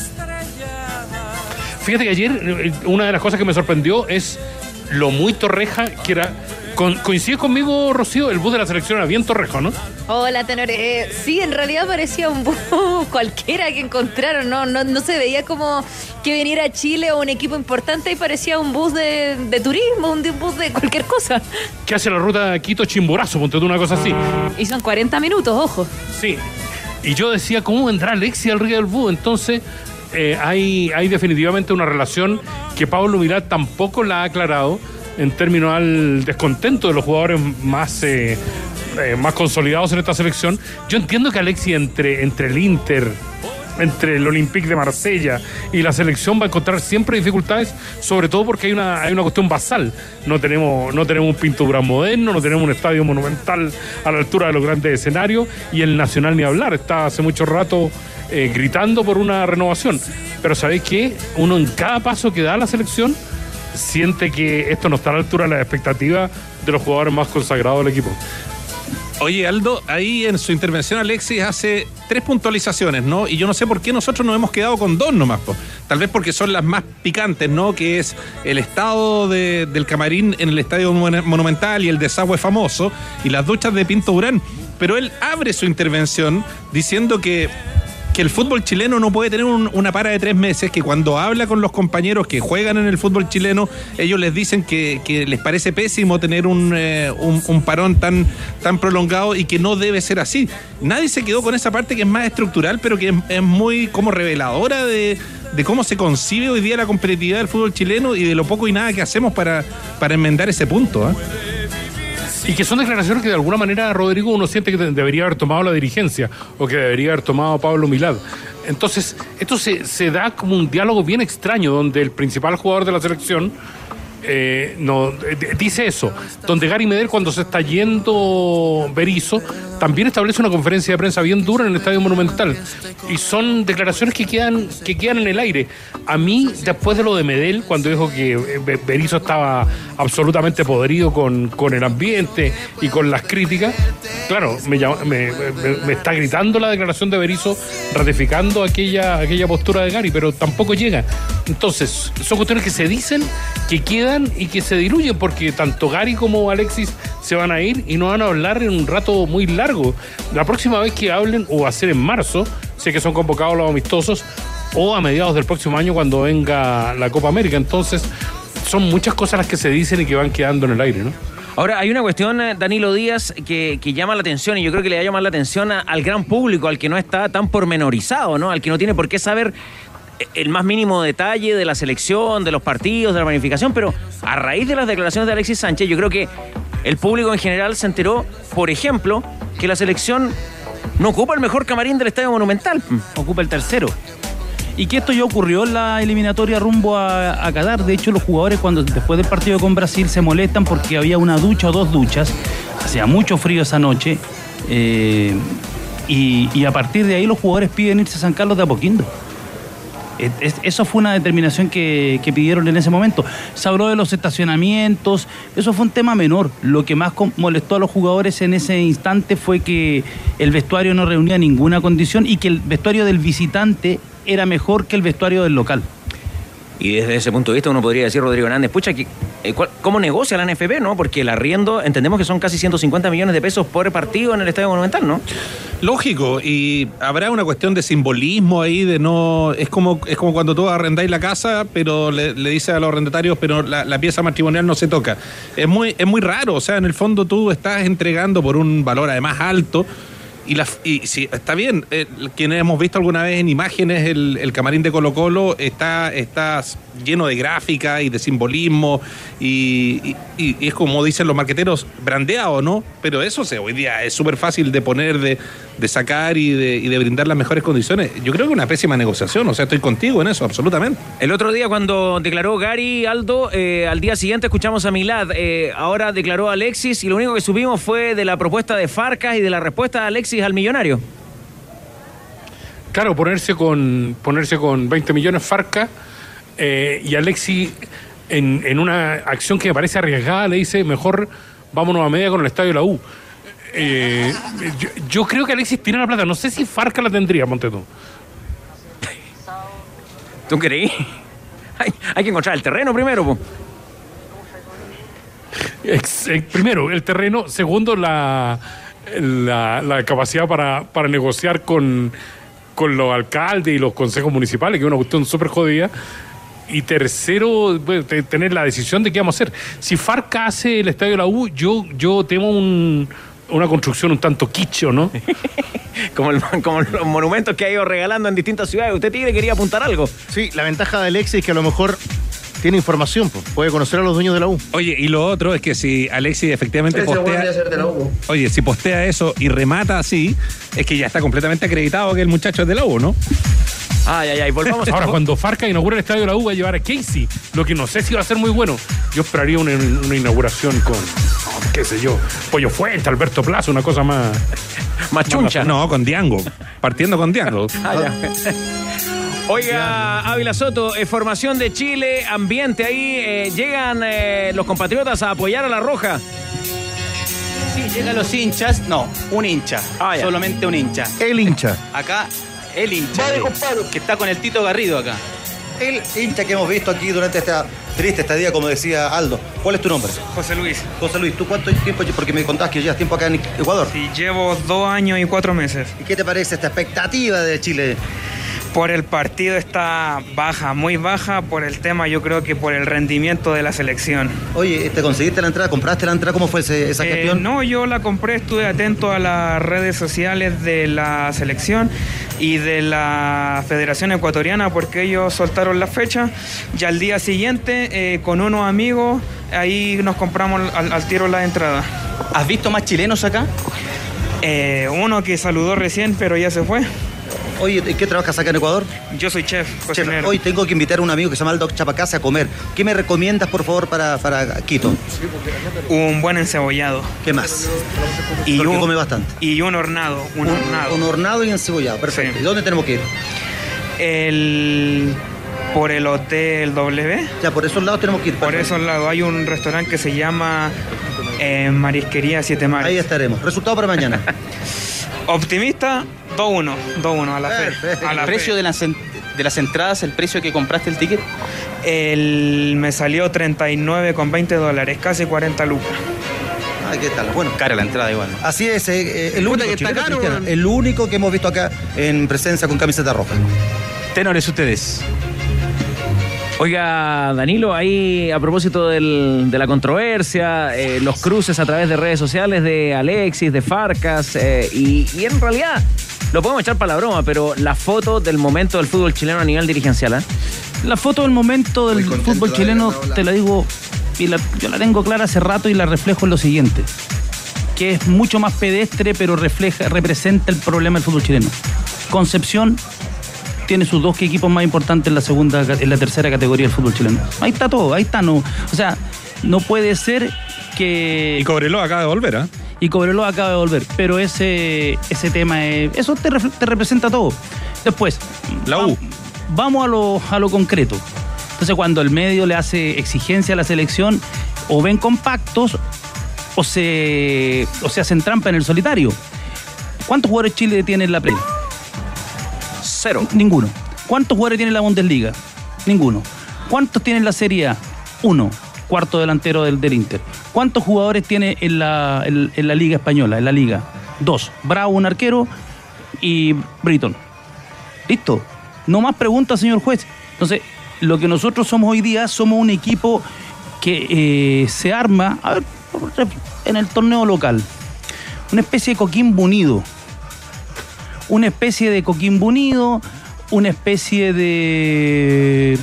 Fíjate que ayer una de las cosas que me sorprendió es lo muy Torreja que era. Con, ¿Coincide conmigo, Rocío? El bus de la selección era bien Torrejo, ¿no? Hola, tenores. Eh, sí, en realidad parecía un bus cualquiera que encontraron, ¿no? No, no se veía como que viniera a Chile o un equipo importante y parecía un bus de, de turismo, un bus de cualquier cosa. ¿Qué hace la ruta Quito-Chimborazo? Ponte tú una cosa así. Y son cuarenta minutos, ojo. Sí. Y yo decía, ¿cómo vendrá Alexis al río del bus? Entonces, eh, hay, hay definitivamente una relación que Pablo Milad tampoco la ha aclarado en términos al descontento de los jugadores más, eh, eh, más consolidados en esta selección. Yo entiendo que Alexis entre, entre el Inter, entre el Olympique de Marsella y la selección va a encontrar siempre dificultades, sobre todo porque hay una, hay una cuestión basal. No tenemos, no tenemos un Pinto Durán moderno, no tenemos un estadio monumental a la altura de los grandes escenarios, y el Nacional ni hablar, está hace mucho rato eh, gritando por una renovación. Pero ¿sabéis qué? Uno en cada paso que da la selección siente que esto no está a la altura de las expectativas de los jugadores más consagrados del equipo. Oye, Aldo, ahí en su intervención Alexis hace tres puntualizaciones, ¿no? Y yo no sé por qué nosotros nos hemos quedado con dos nomás, po. Tal vez porque son las más picantes, ¿no? Que es el estado de, del camarín en el Estadio Monumental y el desagüe famoso y las duchas de Pinto Durán. Pero él abre su intervención diciendo que que el fútbol chileno no puede tener un, una para de tres meses, que cuando habla con los compañeros que juegan en el fútbol chileno, ellos les dicen que, que les parece pésimo tener un, eh, un, un parón tan, tan prolongado y que no debe ser así. Nadie se quedó con esa parte que es más estructural, pero que es, es muy como reveladora de, de cómo se concibe hoy día la competitividad del fútbol chileno y de lo poco y nada que hacemos para, para enmendar ese punto, ¿eh? Y que son declaraciones que de alguna manera, Rodrigo, uno siente que debería haber tomado la dirigencia o que debería haber tomado Pablo Milad. Entonces, esto se, se da como un diálogo bien extraño donde el principal jugador de la selección eh, no, dice eso, donde Gary Medel, cuando se está yendo Berizzo, también establece una conferencia de prensa bien dura en el Estadio Monumental. Y son declaraciones que quedan, que quedan en el aire. A mí, después de lo de Medel, cuando dijo que Berizzo estaba absolutamente podrido con, con el ambiente y con las críticas, claro, me, llama, me, me, me está gritando la declaración de Berizzo ratificando aquella, aquella postura de Gary, pero tampoco llega. Entonces, son cuestiones que se dicen, que quedan y que se diluyen, porque tanto Gary como Alexis se van a ir y no van a hablar en un rato muy largo. La próxima vez que hablen, o va a ser en marzo, sé que son convocados los amistosos, o a mediados del próximo año cuando venga la Copa América. Entonces, son muchas cosas las que se dicen y que van quedando en el aire, ¿no? Ahora, hay una cuestión, Danilo Díaz, que, que llama la atención, y yo creo que le va a llamar la atención a, al gran público, al que no está tan pormenorizado, ¿no? Al que no tiene por qué saber el más mínimo detalle de la selección, de los partidos, de la planificación, pero a raíz de las declaraciones de Alexis Sánchez, yo creo que el público en general se enteró, por ejemplo, que la selección no ocupa el mejor camarín del Estadio Monumental, ocupa el tercero. Y que esto ya ocurrió en la eliminatoria rumbo a, a Qatar. De hecho, los jugadores, cuando después del partido con Brasil, se molestan porque había una ducha o dos duchas. Hacía mucho frío esa noche. Eh, y, y a partir de ahí los jugadores piden irse a San Carlos de Apoquindo. Es, eso fue una determinación que, que pidieron en ese momento. Se habló de los estacionamientos, eso fue un tema menor. Lo que más molestó a los jugadores en ese instante fue que el vestuario no reunía ninguna condición y que el vestuario del visitante era mejor que el vestuario del local. Y desde ese punto de vista uno podría decir, Rodrigo Hernández, pucha, que, eh, ¿cómo negocia la N F P, no? Porque el arriendo, entendemos que son casi ciento cincuenta millones de pesos por partido en el Estadio Monumental, ¿no? Lógico, y habrá una cuestión de simbolismo ahí, de no... Es como, es como cuando tú arrendáis la casa, pero le, le dices a los arrendatarios, pero la, la pieza matrimonial no se toca. Es muy, es muy raro, o sea, en el fondo tú estás entregando por un valor además alto. Y, la, y sí, está bien, eh, quienes hemos visto alguna vez en imágenes el, el camarín de Colo Colo está, está lleno de gráfica y de simbolismo y, y, y es como dicen los marqueteros, brandeado, ¿no? Pero eso se, hoy día es súper fácil de poner, de, de sacar y de, y de brindar las mejores condiciones. Yo creo que es una pésima negociación, o sea, estoy contigo en eso, absolutamente. El otro día cuando declaró Gary Aldo, eh, al día siguiente escuchamos a Milad, eh, ahora declaró Alexis y lo único que supimos fue de la propuesta de Farcas y de la respuesta de Alexis al millonario. Claro, ponerse con ponerse con veinte millones Farcas eh, y Alexis en, en una acción que me parece arriesgada le dice mejor vámonos a media con el estadio de la U. Eh, yo, yo creo que Alexis tiene la plata, no sé si Farcas la tendría, ponte tú. ¿Tú creí? Hay, hay que encontrar el terreno primero, po. Ex, eh, primero, el terreno. Segundo, la, la, la capacidad para, para negociar con, con los alcaldes y los consejos municipales, que es una cuestión súper jodida. Y tercero, bueno, tener la decisión de qué vamos a hacer. Si Farcas hace el estadio de la U, yo, yo temo un, una construcción un tanto quicho, ¿no? como, el, como los monumentos que ha ido regalando en distintas ciudades. ¿Usted, Tigre, quería apuntar algo? Sí, la ventaja de Alexis es que a lo mejor tiene información, pues, puede conocer a los dueños de la U. Oye, y lo otro es que si Alexis efectivamente postea... De la U. Oye, si postea eso y remata así, es que ya está completamente acreditado que el muchacho es de la U, ¿no? Ay, ay, ay, volvamos a... Ahora, cuando Farcas inaugure el estadio de la U, va a llevar a Casey, lo que no sé si va a ser muy bueno. Yo esperaría una, una inauguración con, oh, qué sé yo, Pollo Fuente, Alberto Plaza, una cosa más... más chuncha. No, con Diango, partiendo con Diango. Ah, ya. Oiga, Ávila Soto, eh, formación de Chile, ambiente ahí, eh, llegan eh, los compatriotas a apoyar a La Roja. Sí, llegan los hinchas, no, un hincha, ah, solamente un hincha. El hincha. Acá, el hincha, vale, que está con el Tito Garrido acá. El hincha que hemos visto aquí durante esta triste estadía, como decía Aldo. ¿Cuál es tu nombre? José Luis. José Luis, ¿tú cuánto tiempo? Porque me contabas que llevas tiempo acá en Ecuador. Sí, llevo dos años y cuatro meses. ¿Y qué te parece esta expectativa de Chile? Por el partido está baja, muy baja, por el tema, yo creo que por el rendimiento de la selección. Oye, ¿te conseguiste la entrada? ¿Compraste la entrada? ¿Cómo fue ese, esa eh, gestión? No, yo la compré, estuve atento a las redes sociales de la selección y de la Federación Ecuatoriana porque ellos soltaron la fecha y al día siguiente eh, con unos amigos ahí nos compramos al, al tiro la entrada. ¿Has visto más chilenos acá? Eh, uno que saludó recién pero ya se fue. Oye, ¿qué trabajas acá en Ecuador? Yo soy chef, cocinero. Chef, hoy tengo que invitar a un amigo que se llama Aldo Chapacase a comer. ¿Qué me recomiendas, por favor, para, para Quito? Un buen encebollado. ¿Qué más? Y Porque un, come bastante. Y un hornado, un, un hornado. Un hornado y encebollado, perfecto. Sí. ¿Y dónde tenemos que ir? El... Por el Hotel W. Ya, por esos lados tenemos que ir. Por perfecto. Esos lados. Hay un restaurante que se llama eh, Marisquería Siete Mares. Ahí estaremos. ¿Resultado para mañana? Optimista, dos uno. dos uno a la fe. ¿El precio de las, de las entradas, el precio que compraste el ticket? El, me salió treinta y nueve con veinte dólares, casi cuarenta lucas. Ay, ¿qué tal? Bueno, cara la entrada igual. Así es, eh, el, único, que está caro, el único que hemos visto acá en presencia con camiseta roja. Tenores ustedes. Oiga, Danilo, ahí a propósito del, de la controversia, eh, los cruces a través de redes sociales de Alexis, de Farcas, eh, y, y en realidad, lo podemos echar para la broma, pero la foto del momento del fútbol chileno a nivel dirigencial, ¿eh? La foto del momento del fútbol chileno, te la digo, y la, yo la tengo clara hace rato y la reflejo en lo siguiente, que es mucho más pedestre, pero refleja, representa el problema del fútbol chileno. Concepción tiene sus dos equipos más importantes en la segunda, en la tercera categoría del fútbol chileno. Ahí está todo, ahí está, no. O sea, no puede ser que... Y Cobreloa acaba de volver, ¿eh? Y Cobreloa acaba de volver, pero ese, ese tema, es, eso te, te representa todo. Después, la U. Vamos a lo, a lo concreto. Entonces, cuando el medio le hace exigencia a la selección, o ven compactos, o se, o se hacen trampa en el solitario. ¿Cuántos jugadores Chile tiene en la Premier? Cero. Ninguno. ¿Cuántos jugadores tiene la Bundesliga? Ninguno. ¿Cuántos tiene en la Serie A? Uno, cuarto delantero del, del Inter. ¿Cuántos jugadores tiene en la, en, en la Liga Española? En la Liga. Dos. Bravo, un arquero, y Britton. Listo. No más preguntas, señor juez. Entonces, lo que nosotros somos hoy día, somos un equipo que eh, se arma, a ver, en el torneo local. Una especie de Coquimbo Unido. Una especie de Coquimbo Unido, una especie de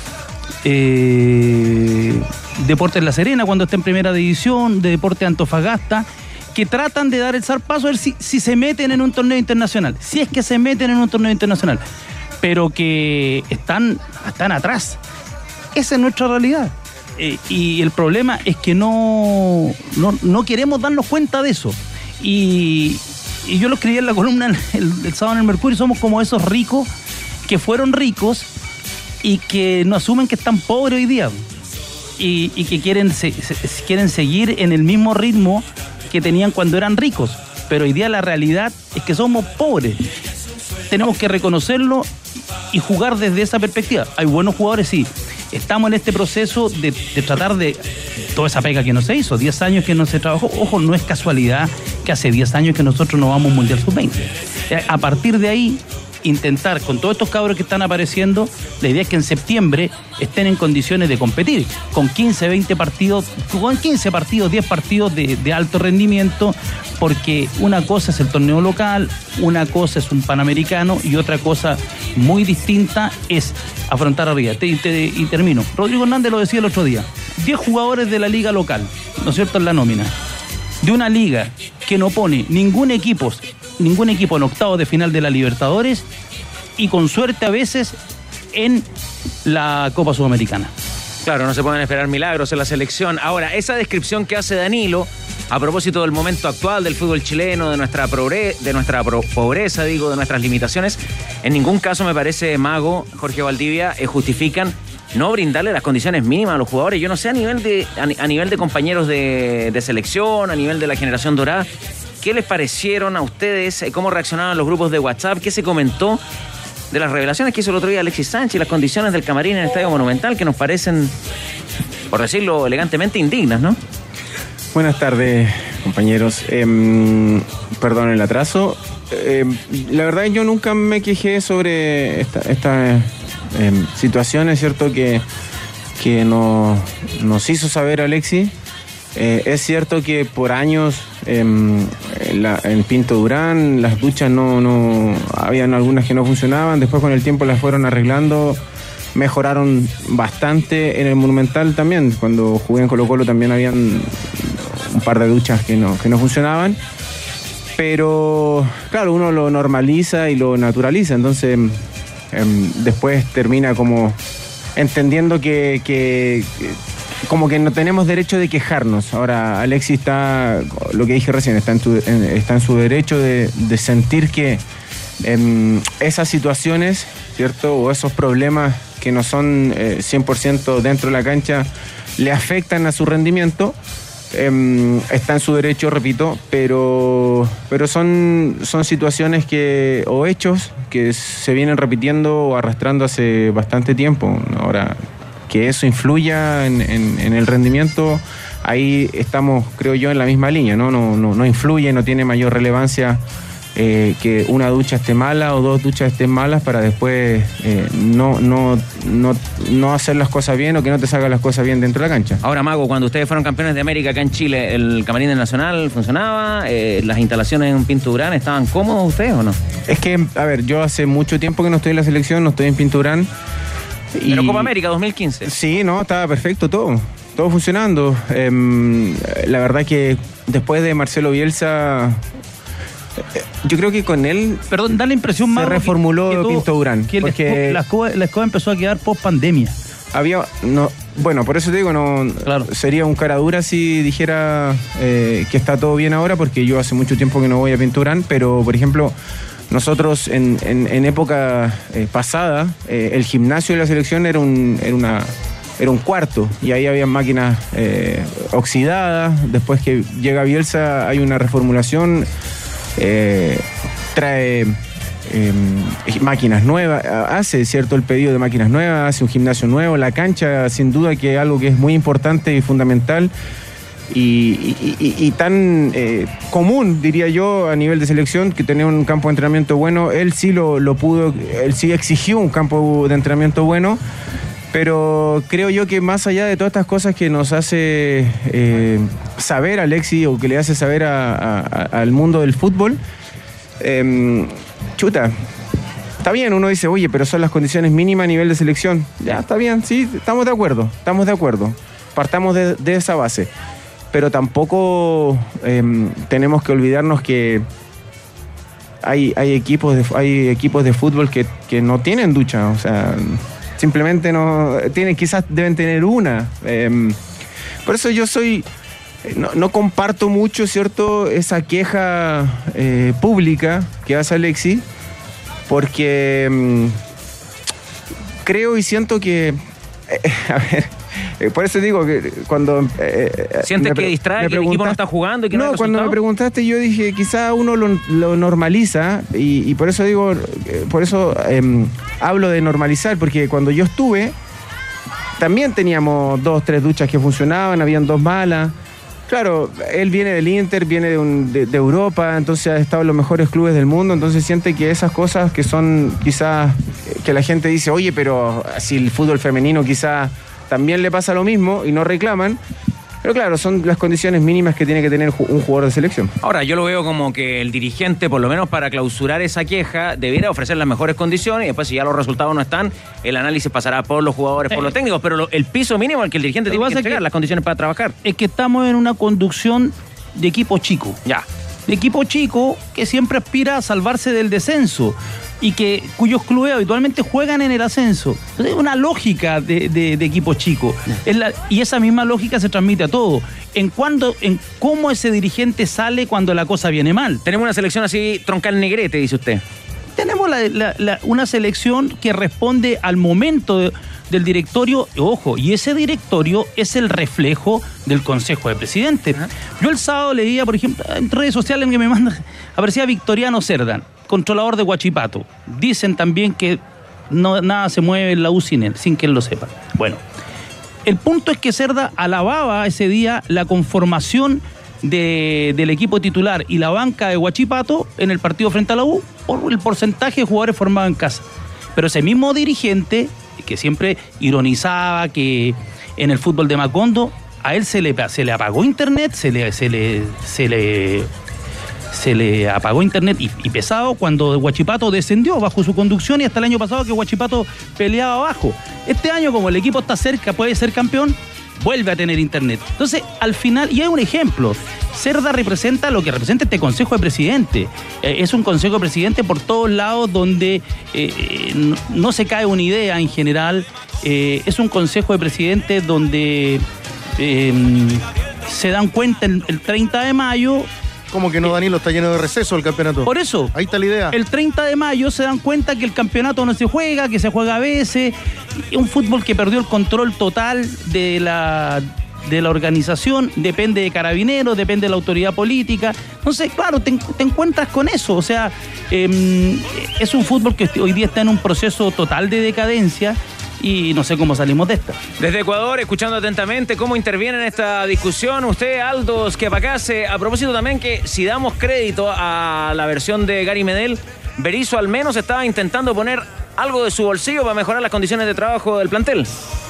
eh, Deportes La Serena cuando está en primera división, de Deportes Antofagasta, que tratan de dar el zarpazo a ver si, si se meten en un torneo internacional, si es que se meten en un torneo internacional, pero que están, están atrás. Esa es nuestra realidad. Eh, y el problema es que no, no, no queremos darnos cuenta de eso. Y, y yo lo escribí en la columna el, el sábado en el Mercurio, somos como esos ricos que fueron ricos y que no asumen que están pobres hoy día y, y que quieren, se, se, quieren seguir en el mismo ritmo que tenían cuando eran ricos, pero hoy día la realidad es que somos pobres. Tenemos que reconocerlo y jugar desde esa perspectiva. Hay buenos jugadores, sí. Estamos en este proceso de, de tratar de toda esa pega que no se hizo, diez años que no se trabajó. Ojo, no es casualidad que hace diez años que nosotros no vamos a un Mundial sub veinte. A partir de ahí, intentar con todos estos cabros que están apareciendo, la idea es que en septiembre estén en condiciones de competir con quince, veinte partidos, con quince partidos, diez partidos de, de alto rendimiento, porque una cosa es el torneo local, una cosa es un Panamericano y otra cosa muy distinta es afrontar arriba. Te, te, y termino. Rodrigo Hernández lo decía el otro día, diez jugadores de la liga local, ¿no es cierto?, en la nómina, de una liga que no pone ningún equipo ningún equipo en octavos de final de la Libertadores y con suerte a veces en la Copa Sudamericana. Claro, no se pueden esperar milagros en la selección. Ahora, esa descripción que hace Danilo a propósito del momento actual del fútbol chileno, de nuestra, progre, de nuestra pro, pobreza, digo, de nuestras limitaciones, en ningún caso me parece, Mago, Jorge Valdivia, eh, justifican no brindarle las condiciones mínimas a los jugadores. Yo no sé a nivel de, a, a nivel de compañeros de, de selección, a nivel de la generación dorada, ¿qué les parecieron a ustedes? ¿Cómo reaccionaban los grupos de WhatsApp? ¿Qué se comentó de las revelaciones que hizo el otro día Alexis Sánchez y las condiciones del camarín en el Estadio Monumental, que nos parecen, por decirlo elegantemente, indignas, ¿no? Buenas tardes, compañeros. Eh, perdón el atraso. Eh, la verdad yo nunca me quejé sobre esta, esta eh, situación, es cierto que, que no, nos hizo saber Alexis. Eh, es cierto que por años eh, la, en Pinto Durán las duchas no, no, habían algunas que no funcionaban, después con el tiempo las fueron arreglando, mejoraron bastante. En el Monumental también, cuando jugué en Colo Colo también habían un par de duchas que no, que no funcionaban, pero claro, uno lo normaliza y lo naturaliza, entonces eh, después termina como entendiendo que, que, que como que no tenemos derecho de quejarnos. Ahora Alexis está, lo que dije recién, está en, tu, en, está en su derecho de, de sentir que eh, esas situaciones, ¿cierto?, o esos problemas que no son eh, cien por ciento dentro de la cancha le afectan a su rendimiento. Eh, está en su derecho, repito, pero, pero son, son situaciones que, o hechos que se vienen repitiendo o arrastrando hace bastante tiempo. Ahora, que eso influya en, en, en el rendimiento, ahí estamos, creo yo, en la misma línea, ¿no? No, no, no influye, no tiene mayor relevancia eh, que una ducha esté mala o dos duchas estén malas para después eh, no, no, no, no hacer las cosas bien o que no te salgan las cosas bien dentro de la cancha. Ahora, Mago, cuando ustedes fueron campeones de América acá en Chile, ¿el camarín del Nacional funcionaba? Eh, ¿Las instalaciones en Pinto Durán estaban cómodos ustedes o no? Es que, a ver, yo hace mucho tiempo que no estoy en la selección, no estoy en Pinto Durán. Pero y... Copa América dos mil quince. Sí, no, estaba perfecto todo, todo funcionando. Eh, la verdad que después de Marcelo Bielsa, eh, yo creo que con él... Perdón, da la impresión más... Se reformuló que, que Pinto Durán. Que porque la escoba, la escoba empezó a quedar post pandemia. Había... no Bueno, por eso te digo, no claro. Sería un cara dura si dijera eh, que está todo bien ahora, porque yo hace mucho tiempo que no voy a Pinto Durán, pero, por ejemplo... Nosotros en, en, en época eh, pasada, eh, el gimnasio de la selección era un, era, una, era un cuarto y ahí había máquinas eh, oxidadas. Después que llega Bielsa hay una reformulación, eh, trae eh, máquinas nuevas, hace, ¿cierto?, el pedido de máquinas nuevas, hace un gimnasio nuevo, la cancha, sin duda que es algo que es muy importante y fundamental y, y, y, y tan eh, común, diría yo, a nivel de selección, que tener un campo de entrenamiento bueno. Él sí lo, lo pudo, él sí exigió un campo de entrenamiento bueno, pero creo yo que más allá de todas estas cosas que nos hace eh, saber Alexis, o que le hace saber a, a, a, al mundo del fútbol, eh, chuta, está bien, uno dice, oye, pero son las condiciones mínimas a nivel de selección. Ya, está bien, sí, estamos de acuerdo, estamos de acuerdo. Partamos de, de esa base. Pero tampoco eh, tenemos que olvidarnos que hay, hay, equipos, de, hay equipos de fútbol que, que no tienen ducha, o sea, simplemente no tienen, quizás deben tener una. Eh, por eso yo soy, no, no comparto mucho, ¿cierto?, esa queja eh, pública que hace Alexis, porque eh, creo y siento que, eh, a ver, Eh, por eso digo que cuando... Eh, ¿Sientes que distrae, que el equipo no está jugando y que no, no hay cuando resultado? Me preguntaste, yo dije, quizá uno lo, lo normaliza, y, y por eso digo, eh, por eso eh, hablo de normalizar, porque cuando yo estuve, también teníamos dos, tres duchas que funcionaban, habían dos malas. Claro, él viene del Inter, viene de, un, de, de Europa, entonces ha estado en los mejores clubes del mundo, entonces siente que esas cosas que son quizás, que la gente dice, oye, pero si el fútbol femenino quizás también le pasa lo mismo y no reclaman, pero claro, son las condiciones mínimas que tiene que tener un jugador de selección. Ahora, yo lo veo como que el dirigente, por lo menos para clausurar esa queja, debiera ofrecer las mejores condiciones, y después, si ya los resultados no están, el análisis pasará por los jugadores, por los técnicos, pero lo, el piso mínimo al que el dirigente tiene que entregar, las condiciones para trabajar. Es que estamos en una conducción de equipo chico. Ya. De equipo chico que siempre aspira a salvarse del descenso y que cuyos clubes habitualmente juegan en el ascenso. Entonces, es una lógica de, de, de equipo chico. Es la, y esa misma lógica se transmite a todo. En cuando, en cómo ese dirigente sale cuando la cosa viene mal. Tenemos una selección así troncal negrete, dice usted. Tenemos la, la, la, una selección que responde al momento de, del directorio, ojo, y ese directorio es el reflejo del Consejo de Presidentes. Uh-huh. Yo el sábado leía, por ejemplo, en redes sociales en que me manda, aparecía Victoriano Cerdán, controlador de Huachipato. Dicen también que no, nada se mueve en la U sin él, sin que él lo sepa. Bueno, el punto es que Cerda alababa ese día la conformación de, del equipo titular y la banca de Huachipato en el partido frente a la U por el porcentaje de jugadores formados en casa. Pero ese mismo dirigente, que siempre ironizaba que en el fútbol de Macondo a él se le, se le apagó internet, se le, se le, se le, se le apagó internet y, y pesado cuando Huachipato descendió bajo su conducción, y hasta el año pasado que Huachipato peleaba abajo. Este año, como el equipo está cerca, puede ser campeón, vuelve a tener internet. Entonces, al final, y hay un ejemplo, Cerda representa lo que representa este Consejo de Presidentes. Eh, es un Consejo de Presidentes por todos lados donde eh, no, no se cae una idea en general. Eh, es un Consejo de Presidentes donde eh, se dan cuenta el, el treinta de mayo. Como que no, Danilo, está lleno de receso el campeonato. Por eso. Ahí está la idea. El treinta de mayo se dan cuenta que el campeonato no se juega, que se juega a veces. Un fútbol que perdió el control total de la, de la organización, depende de Carabineros, depende de la autoridad política. Entonces, claro, te, te encuentras con eso. O sea, eh, es un fútbol que hoy día está en un proceso total de decadencia. Y no sé cómo salimos de esta. Desde Ecuador, escuchando atentamente cómo interviene en esta discusión usted, Aldo Esquiapacase. A propósito también que si damos crédito a la versión de Gary Medel, Berizzo al menos estaba intentando poner algo de su bolsillo para mejorar las condiciones de trabajo del plantel.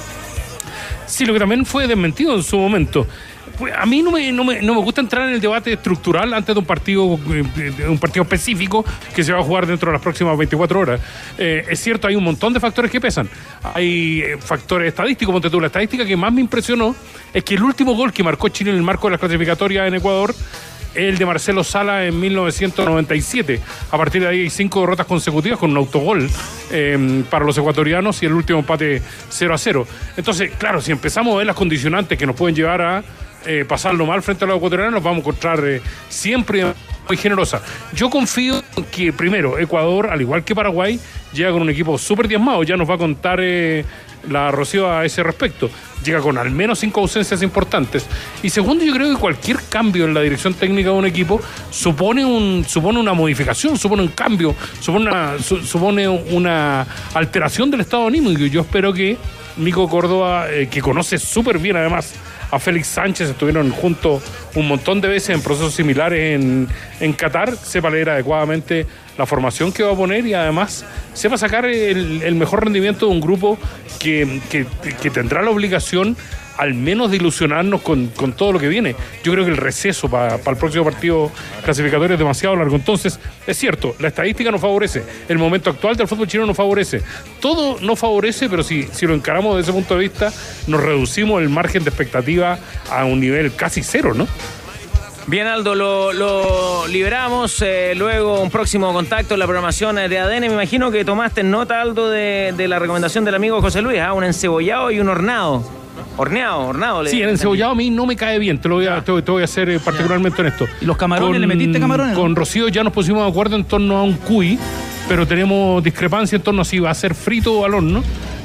Sí, lo que también fue desmentido en su momento. Pues a mí no me, no, me, no me gusta entrar en el debate estructural antes de un partido de un partido específico que se va a jugar dentro de las próximas veinticuatro horas. Eh, es cierto, hay un montón de factores que pesan. Hay eh, factores estadísticos. Ponte tú, la estadística que más me impresionó es que el último gol que marcó Chile en el marco de las clasificatorias en Ecuador es el de Marcelo Sala en mil novecientos noventa y siete. A partir de ahí hay cinco derrotas consecutivas con un autogol eh, para los ecuatorianos y el último empate cero a cero. Entonces, claro, si empezamos a ver las condicionantes que nos pueden llevar a Eh, pasarlo mal frente a los ecuatorianos, nos vamos a encontrar eh, siempre muy generosa. Yo confío en que, primero, Ecuador, al igual que Paraguay, llega con un equipo súper diezmado. Ya nos va a contar eh, la Rocío a ese respecto. Llega con al menos cinco ausencias importantes. Y segundo, yo creo que cualquier cambio en la dirección técnica de un equipo supone un supone una modificación, supone un cambio, supone una, su, supone una alteración del estado anímico. Yo espero que Nico Córdoba, eh, que conoce súper bien además a Félix Sánchez, estuvieron juntos un montón de veces en procesos similares en, en Qatar, sepa leer adecuadamente la formación que va a poner y además sepa sacar el, el mejor rendimiento de un grupo que, que, que tendrá la obligación al menos de ilusionarnos con, con todo lo que viene. Yo creo que el receso para pa el próximo partido clasificatorio es demasiado largo. Entonces, es cierto, la estadística nos favorece, el momento actual del fútbol chileno nos favorece. Todo nos favorece, pero si, si lo encaramos desde ese punto de vista, nos reducimos el margen de expectativa a un nivel casi cero, ¿no? Bien, Aldo, lo, lo liberamos, eh, luego un próximo contacto en la programación de A D N. Me imagino que tomaste nota, Aldo, de, de la recomendación del amigo José Luis, ¿ah? Un encebollado y un hornado. Horneado, hornado. Sí, el encebollado a mí no me cae bien, te lo voy a, te, te voy a hacer eh, particularmente honesto. ¿Y los camarones? Con, ¿Le metiste camarones? Con Rocío ya nos pusimos de acuerdo en torno a un cuy, pero tenemos discrepancia en torno a si va a ser frito o al horno.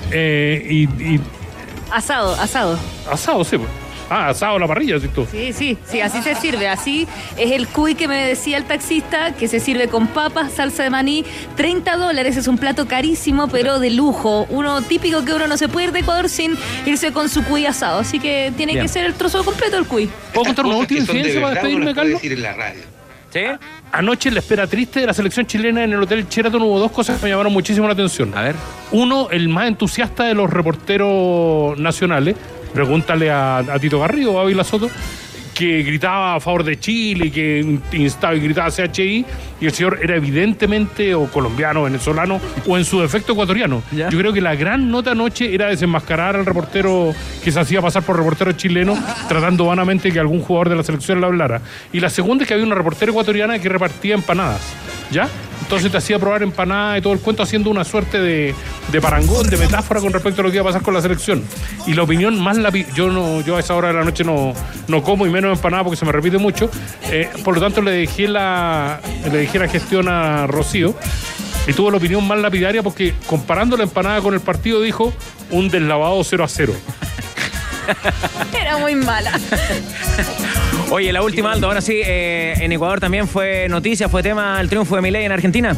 Eh, y, y... Asado, asado. Asado, sí, pues. Ah, asado a la parrilla, ¿sí tú? Sí, sí, sí, así se sirve. Así es el cuy que me decía el taxista, que se sirve con papas, salsa de maní, treinta dólares. Es un plato carísimo, pero de lujo. Uno típico que uno no se puede ir de Ecuador sin irse con su cuy asado. Así que tiene Bien. que ser el trozo completo del cuy. ¿Puedo contar una última incidencia para despedirme, Carlos? decir en la radio. ¿Sí? Anoche en la espera triste de la selección chilena en el Hotel Sheraton hubo dos cosas que me llamaron muchísimo la atención. A ver. Uno, el más entusiasta de los reporteros nacionales, pregúntale a, a Tito Garrido o a Ávila Soto, que gritaba a favor de Chile, que instaba y gritaba C H I, y el señor era evidentemente o colombiano, venezolano, o en su defecto ecuatoriano. ¿Ya? Yo creo que la gran nota anoche era desenmascarar al reportero que se hacía pasar por reportero chileno, tratando vanamente que algún jugador de la selección le hablara. Y la segunda es que había una reportera ecuatoriana que repartía empanadas, ¿ya? Entonces te hacía probar empanadas y todo el cuento, haciendo una suerte de, de parangón, de metáfora con respecto a lo que iba a pasar con la selección. Y la opinión más lápida, yo no, yo a esa hora de la noche no, no como y menos empanada porque se me repite mucho. Eh, por lo tanto le dejé la, le dejé la gestión a Rocío y tuvo la opinión más lapidaria porque comparando la empanada con el partido dijo un deslavado cero a cero. Era muy mala. Oye, la última, Aldo, ahora sí, eh, en Ecuador también fue noticia, fue tema el triunfo de Milei en Argentina.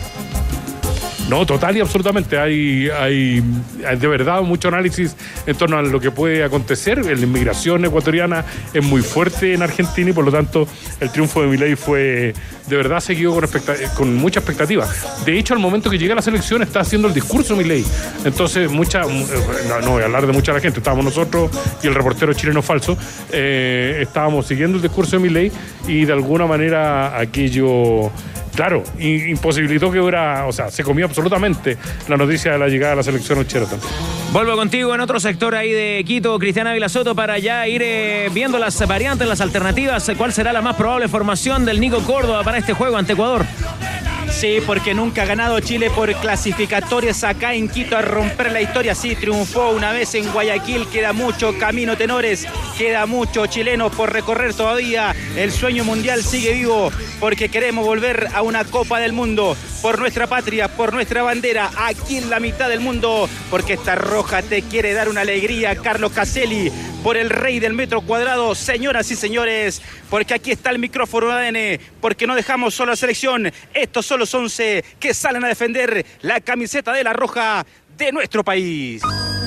No, total y absolutamente. Hay, hay, hay de verdad mucho análisis en torno a lo que puede acontecer. La inmigración ecuatoriana es muy fuerte en Argentina y por lo tanto el triunfo de Milei fue de verdad seguido con, con mucha expectativa. De hecho, al momento que llega a la selección está haciendo el discurso Milei. Entonces, mucha, no, no voy a hablar de mucha la gente, estábamos nosotros y el reportero chileno falso, eh, estábamos siguiendo el discurso de Milei y de alguna manera aquello... Claro, imposibilitó que hubiera, o sea, se comió absolutamente la noticia de la llegada de la selección al Sheraton. Vuelvo contigo en otro sector ahí de Quito, Cristian Ávila Soto, para ya ir eh, viendo las variantes, las alternativas. ¿Cuál será la más probable formación del Nico Córdoba para este juego ante Ecuador? Sí, porque nunca ha ganado Chile por clasificatorias acá en Quito a romper la historia. Sí, triunfó una vez en Guayaquil, queda mucho camino, tenores, queda mucho chileno por recorrer todavía. El sueño mundial sigue vivo porque queremos volver a una Copa del Mundo por nuestra patria, por nuestra bandera, aquí en la mitad del mundo, porque esta roja te quiere dar una alegría, Carlos Caselli, por el rey del metro cuadrado, señoras y señores, porque aquí está el micrófono de A D N, porque no dejamos solo a la selección, estos son los once que salen a defender la camiseta de la roja de nuestro país.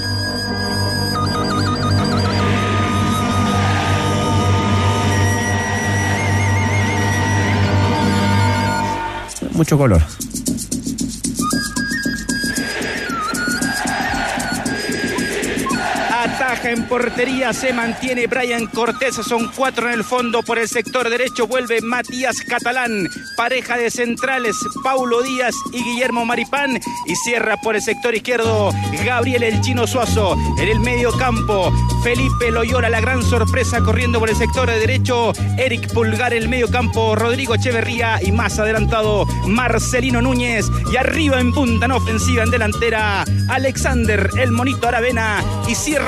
Mucho color. Ataja en portería, se mantiene Brian Cortés, son cuatro en el fondo. Por el sector derecho vuelve Matías Catalán, pareja de centrales Paulo Díaz y Guillermo Maripán, y cierra por el sector izquierdo Gabriel El Chino Suazo. En el medio campo Felipe Loyola, la gran sorpresa, corriendo por el sector de derecho Eric Pulgar. En el medio campo Rodrigo Echeverría y más adelantado Marcelino Núñez, y arriba en punta en ofensiva, en delantera Alexander El Monito Aravena, y cierra el once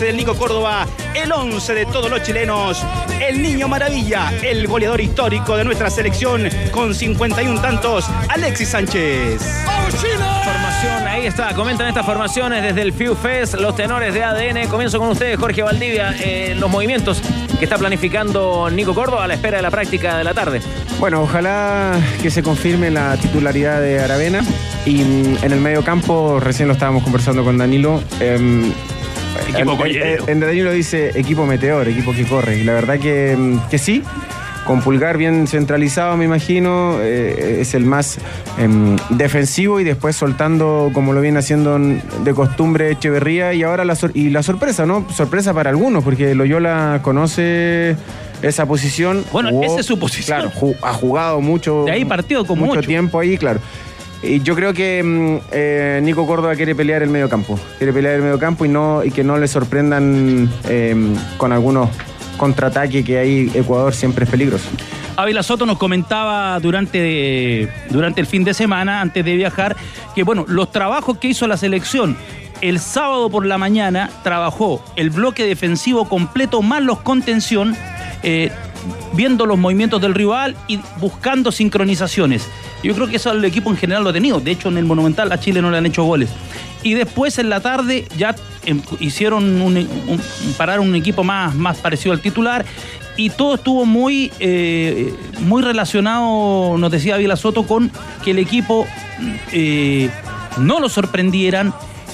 once del Nico Córdoba, el once de todos los chilenos, el niño maravilla, el goleador histórico de nuestra selección con cincuenta y un tantos, Alexis Sánchez. ¡Vamos, Chile! Formación, ahí está, comentan estas formaciones desde el F I U Fest, los tenores de A D N. Comienzo con ustedes, Jorge Valdivia, eh, los movimientos que está planificando Nico Córdoba a la espera de la práctica de la tarde. Bueno, ojalá que se confirme la titularidad de Aravena y en el medio campo, recién lo estábamos conversando con Danilo, eh, equipo en, en, en Danilo dice equipo meteor, equipo que corre, y la verdad que, que sí, con Pulgar bien centralizado me imagino, eh, es el más eh, defensivo y después soltando como lo viene haciendo de costumbre Echeverría y ahora la, sor- y la sorpresa, ¿no? Sorpresa para algunos porque Loyola conoce esa posición. Bueno, jugó, esa es su posición. Claro, ju- ha jugado mucho. De ahí partido con mucho mucho tiempo ahí, claro. Y yo creo que eh, Nico Córdoba quiere pelear el mediocampo. Quiere pelear el mediocampo y, no, y que no le sorprendan eh, con algunos contraataques que ahí Ecuador siempre es peligroso. Ávila Soto nos comentaba durante, durante el fin de semana, antes de viajar, que bueno, los trabajos que hizo la selección el sábado por la mañana, trabajó el bloque defensivo completo más los contención, eh, viendo los movimientos del rival y buscando sincronizaciones. Yo creo que eso el equipo en general lo ha tenido. De hecho, en el Monumental a Chile no le han hecho goles. Y después en la tarde ya eh, hicieron un, un, parar un equipo más, más parecido al titular y todo estuvo muy, eh, muy relacionado, nos decía Ávila Soto, con que el equipo eh, no lo sorprendieran,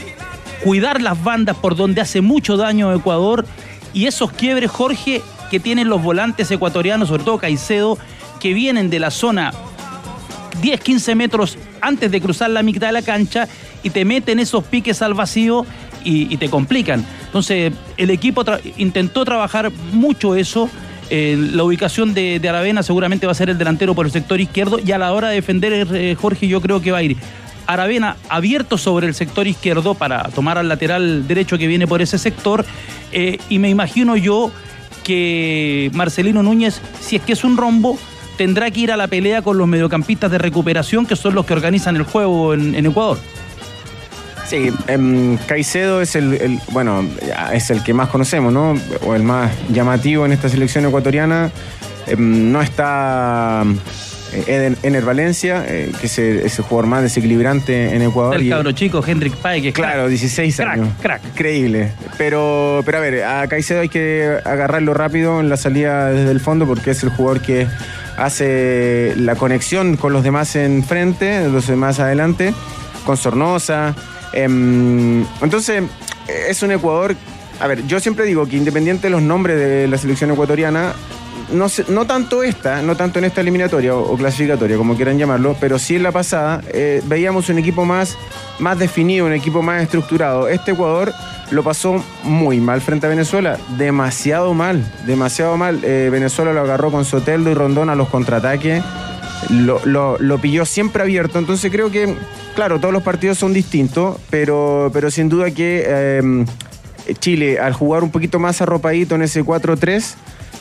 cuidar las bandas por donde hace mucho daño a Ecuador y esos quiebres, Jorge, que tienen los volantes ecuatorianos, sobre todo Caicedo, que vienen de la zona diez, quince metros antes de cruzar la mitad de la cancha y te meten esos piques al vacío y, y te complican. Entonces, el equipo tra- intentó trabajar mucho eso. Eh, la ubicación de, de Aravena seguramente va a ser el delantero por el sector izquierdo y a la hora de defender, eh, Jorge, yo creo que va a ir Aravena abierto sobre el sector izquierdo para tomar al lateral derecho que viene por ese sector eh, y me imagino yo que Marcelino Núñez, si es que es un rombo, tendrá que ir a la pelea con los mediocampistas de recuperación, que son los que organizan el juego en, en Ecuador. Sí, eh, Caicedo es el, el, bueno, es el que más conocemos, ¿no? O el más llamativo en esta selección ecuatoriana. Eh, no está Eden, Ener Valencia, eh, que es el, es el jugador más desequilibrante en Ecuador. El y, cabro chico, Hendrik Pae, que es claro, crack. dieciséis crack, años. Crack, Increíble. Pero, pero a ver, a Caicedo hay que agarrarlo rápido en la salida desde el fondo porque es el jugador que hace la conexión con los demás enfrente, los demás adelante, con Sornosa. Eh, entonces, es un Ecuador... A ver, yo siempre digo que independiente de los nombres de la selección ecuatoriana, no, se, no tanto esta, no tanto en esta eliminatoria o, o clasificatoria, como quieran llamarlo, pero sí en la pasada, eh, veíamos un equipo más, más definido, un equipo más estructurado. Este Ecuador lo pasó muy mal frente a Venezuela, demasiado mal, demasiado mal. Eh, Venezuela lo agarró con Soteldo y Rondón a los contraataques, lo, lo, lo pilló siempre abierto, entonces creo que, claro, todos los partidos son distintos, pero, pero sin duda que eh, Chile, al jugar un poquito más arropadito en ese cuatro tres,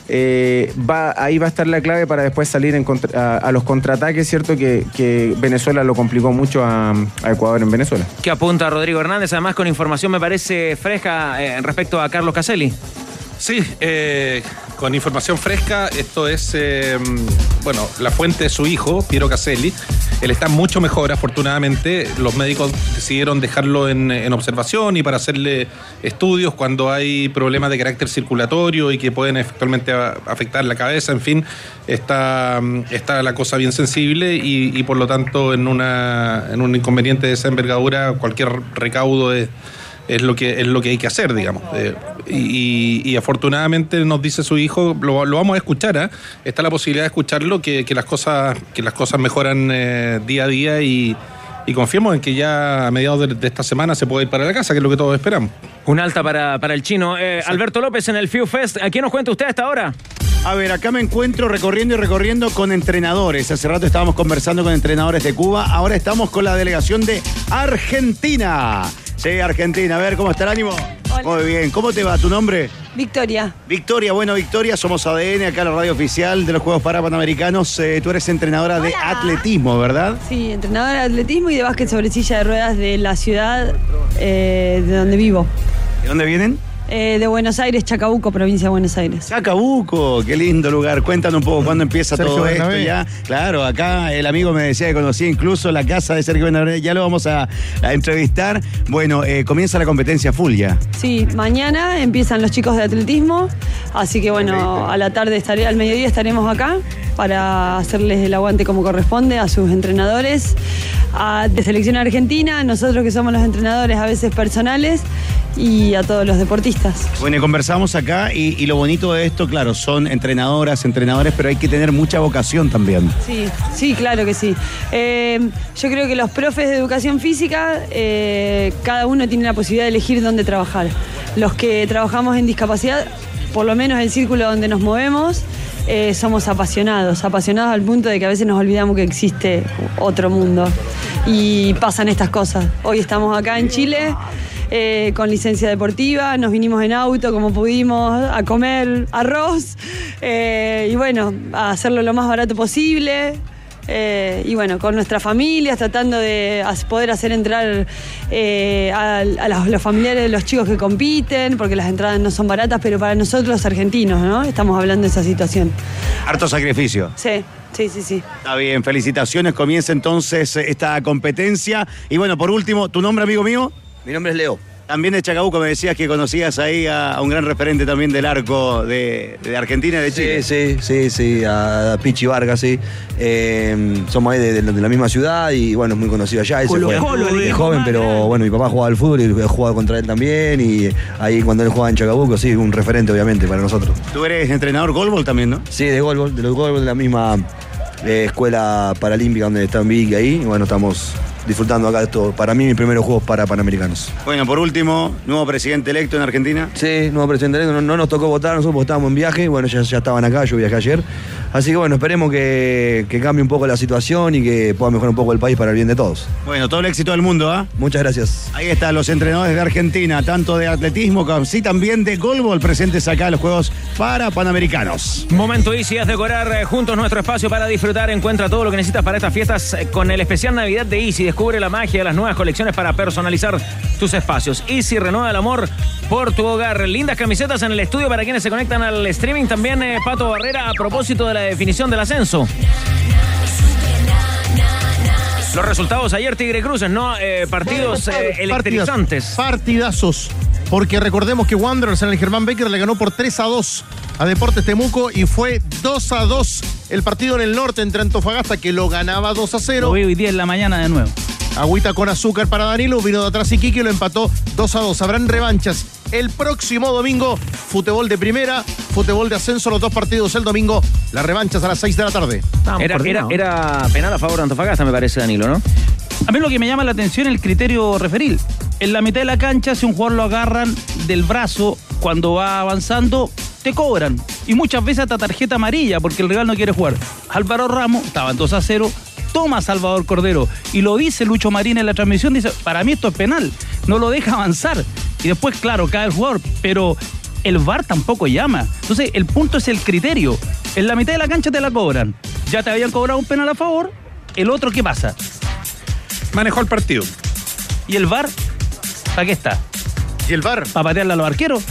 Eh, va, ahí va a estar la clave para después salir en contra, a, a los contraataques, ¿cierto? Que, que Venezuela lo complicó mucho a, a Ecuador en Venezuela. ¿Qué apunta Rodrigo Hernández? Además, con información me parece fresca eh, respecto a Carlos Caselli. Sí, eh, con información fresca, esto es, eh, bueno, la fuente de su hijo, Piero Caselli. Él está mucho mejor, afortunadamente. Los médicos decidieron dejarlo en, en observación y para hacerle estudios cuando hay problemas de carácter circulatorio y que pueden efectivamente afectar la cabeza. En fin, está, está la cosa bien sensible y, y por lo tanto en, una, en un inconveniente de esa envergadura cualquier recaudo es... Es lo que es lo que hay que hacer, digamos. Eh, y, y afortunadamente nos dice su hijo, lo, lo vamos a escuchar, ¿eh? Está la posibilidad de escucharlo, que, que las cosas que las cosas mejoran eh, día a día y, y confiemos en que ya a mediados de, de esta semana se puede ir para la casa, que es lo que todos esperamos. Un alta para, para el chino. Eh, sí. Alberto López en el F I U Fest. ¿A quién nos cuenta usted hasta ahora? A ver, acá me encuentro recorriendo y recorriendo con entrenadores. Hace rato estábamos conversando con entrenadores de Cuba. Ahora estamos con la delegación de Argentina. Sí, Argentina. A ver, ¿cómo está el ánimo? Hola. Muy bien. ¿Cómo te va? ¿Tu nombre? Victoria. Victoria. Bueno, Victoria, somos A D N, acá la radio oficial de los Juegos Parapanamericanos. Eh, tú eres entrenadora Hola. de atletismo, ¿verdad? Sí, entrenadora de atletismo y de básquet sobre silla de ruedas de la ciudad eh, de donde vivo. ¿De dónde vienen? eh, de Buenos Aires, Chacabuco, provincia de Buenos Aires. Chacabuco, qué lindo lugar. Cuéntanos un poco cuándo empieza Sergio todo Bernabé. esto ya. Claro, acá el amigo me decía que conocía incluso la casa de Sergio Bernabé. Ya lo vamos a, a entrevistar. Bueno, eh, comienza la competencia full ya. Sí, mañana empiezan los chicos de atletismo, así que bueno, a la tarde estaré, al mediodía estaremos acá para hacerles el aguante como corresponde a sus entrenadores a, de selección argentina, nosotros que somos los entrenadores a veces personales y a todos los deportistas. Bueno, y conversamos acá y, y lo bonito de esto, claro, son entrenadoras, entrenadores, pero hay que tener mucha vocación también. Sí, sí, claro que sí. Eh, yo creo que los profes de educación física, eh, cada uno tiene la posibilidad de elegir dónde trabajar. Los que trabajamos en discapacidad, por lo menos el círculo donde nos movemos, eh, somos apasionados, apasionados al punto de que a veces nos olvidamos que existe otro mundo y pasan estas cosas. Hoy estamos acá en Chile. Eh, con licencia deportiva, nos vinimos en auto como pudimos a comer arroz eh, y bueno, a hacerlo lo más barato posible eh, y bueno, con nuestras familias tratando de poder hacer entrar eh, a, a los, los familiares de los chicos que compiten, porque las entradas no son baratas, pero para nosotros los argentinos, ¿no? Estamos hablando de esa situación. Harto sacrificio. Sí. Sí, sí, sí. Está bien, felicitaciones, comienza entonces esta competencia. Y bueno, por último, ¿tu nombre, amigo mío? Mi nombre es Leo. También de Chacabuco me decías que conocías ahí a, a un gran referente también del arco de, de Argentina y de Chile. Sí, sí, sí, sí, a Pichi Vargas, sí. Eh, somos ahí de, de, de la misma ciudad y bueno, es muy conocido allá. Él se fue de joven, pero bueno, mi papá jugaba al fútbol y he jugado contra él también. Y ahí cuando él jugaba en Chacabuco, sí, un referente obviamente para nosotros. Tú eres entrenador goalball también, ¿no? Sí, de goalball, de los goalball, de la misma eh, escuela paralímpica donde está en Vicky ahí. Y bueno, estamos disfrutando acá de esto. Para mí, mis primeros juegos para Panamericanos. Bueno, por último, nuevo presidente electo en Argentina. Sí, nuevo presidente electo. No, no nos tocó votar, nosotros estábamos en viaje. Bueno, ya, ya estaban acá, yo viajé ayer. Así que bueno, esperemos que, que cambie un poco la situación y que pueda mejorar un poco el país para el bien de todos. Bueno, todo el éxito del mundo, ¿ah? ¿eh? Muchas gracias. Ahí están los entrenadores de Argentina, tanto de atletismo como sí también de goalball, presentes acá en los Juegos para Panamericanos. Momento Easy, haz decorar eh, juntos nuestro espacio para disfrutar. Encuentra todo lo que necesitas para estas fiestas eh, con el especial Navidad de Easy. Descubre la magia de las nuevas colecciones para personalizar tus espacios. Easy renueva el amor por tu hogar. Lindas camisetas en el estudio para quienes se conectan al streaming. También eh, Pato Barrera a propósito de la definición del ascenso. Los resultados ayer, Tigre Cruces, ¿no? Eh, partidos eh, electrizantes. Partidazos. Porque recordemos que Wanderers en el Germán Becker le ganó por tres a dos a Deportes Temuco y fue dos a dos el partido en el norte entre Antofagasta, que lo ganaba dos a cero. Lo vi hoy día en la mañana de nuevo. Agüita con azúcar para Danilo, vino de atrás Iquique y lo empató dos a dos. Habrán revanchas el próximo domingo. Fútbol de primera, fútbol de ascenso, los dos partidos el domingo. Las revanchas a las seis de la tarde. Era, era, era penal a favor de Antofagasta, me parece, Danilo, ¿no? A mí lo que me llama la atención es el criterio referil. En la mitad de la cancha, si un jugador lo agarran del brazo cuando va avanzando, te cobran. Y muchas veces hasta tarjeta amarilla porque el rival no quiere jugar. Álvaro Ramos, estaban dos a cero, toma Salvador Cordero. Y lo dice Lucho Marín en la transmisión, dice, para mí esto es penal. No lo deja avanzar. Y después, claro, cae el jugador, pero el V A R tampoco llama. Entonces, el punto es el criterio. En la mitad de la cancha te la cobran. Ya te habían cobrado un penal a favor. El otro, ¿qué pasa? Manejó el partido. ¿Y el V A R? ¿Para qué está? ¿Y el V A R? ¿Para patearle a los arqueros?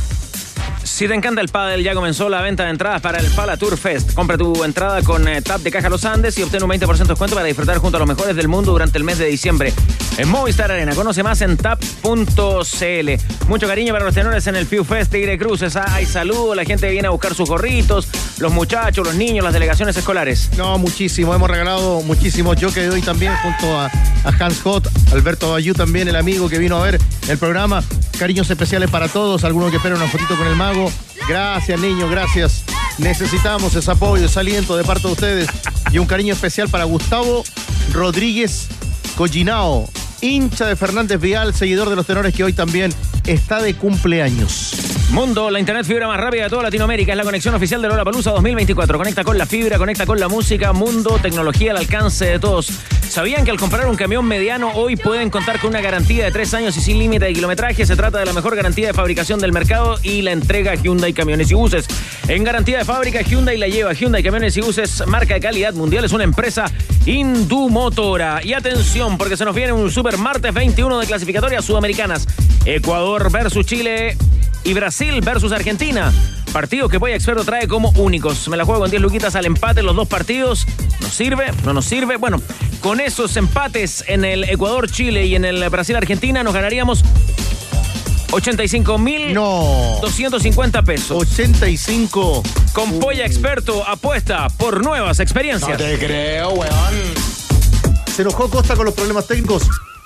Si te encanta el pádel, ya comenzó la venta de entradas para el Pala Tour Fest. Compra tu entrada con eh, Tap de Caja Los Andes y obtén un veinte por ciento de descuento para disfrutar junto a los mejores del mundo durante el mes de diciembre en Movistar Arena. Conoce más en tap punto c l. Mucho cariño para los tenores en el Fiu Fest Tigre Cruces. Hay saludos, la gente viene a buscar sus gorritos, los muchachos, los niños, las delegaciones escolares. No, muchísimo, hemos regalado muchísimo. Yo que doy también junto a, a Hans Hot, Alberto Bayú también, el amigo que vino a ver el programa. Cariños especiales para todos, algunos que esperan una fotito con el mago. Gracias, niños, gracias. Necesitamos ese apoyo, ese aliento de parte de ustedes. Y un cariño especial para Gustavo Rodríguez Collinao, hincha de Fernández Vial, seguidor de los tenores, que hoy también está de cumpleaños. Mundo, la internet fibra más rápida de toda Latinoamérica. Es la conexión oficial de Lollapalooza dos mil veinticuatro. Conecta con la fibra, conecta con la música. Mundo, tecnología al alcance de todos. ¿Sabían que al comprar un camión mediano hoy pueden contar con una garantía de tres años y sin límite de kilometraje? Se trata de la mejor garantía de fabricación del mercado y la entrega Hyundai Camiones y Buses. En garantía de fábrica, Hyundai la lleva. Hyundai Camiones y Buses, marca de calidad mundial, es una empresa Indumotora. Y atención, porque se nos viene un super martes veintiuno de clasificatorias sudamericanas. Ecuador versus Chile. y Brasil versus Argentina. Partidos que Polla Experto trae como únicos. Me la juego con diez luquitas al empate en los dos partidos. ¿Nos sirve? ¿No nos sirve? Bueno, con esos empates en el Ecuador-Chile y en el Brasil-Argentina nos ganaríamos ochenta y cinco mil doscientos cincuenta pesos. ochenta y cinco. Con Polla Experto apuesta por nuevas experiencias. No te creo, weón. ¿Se enojó Costa con los problemas técnicos?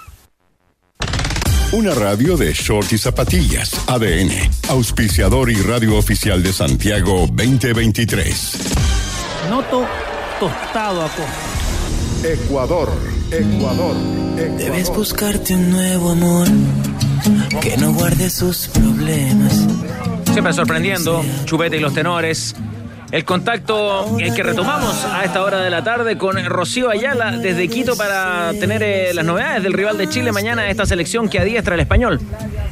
Una radio de short y zapatillas. A D N, auspiciador y radio oficial de Santiago veinte veintitrés. Noto tostado a Costa. Ecuador, Ecuador, Ecuador. Debes buscarte un nuevo amor que no guarde sus problemas. Siempre sorprendiendo, Chupete y los tenores. El contacto el que retomamos a esta hora de la tarde con Rocío Ayala desde Quito para tener eh, las novedades del rival de Chile mañana, esta selección que adiestra el Español.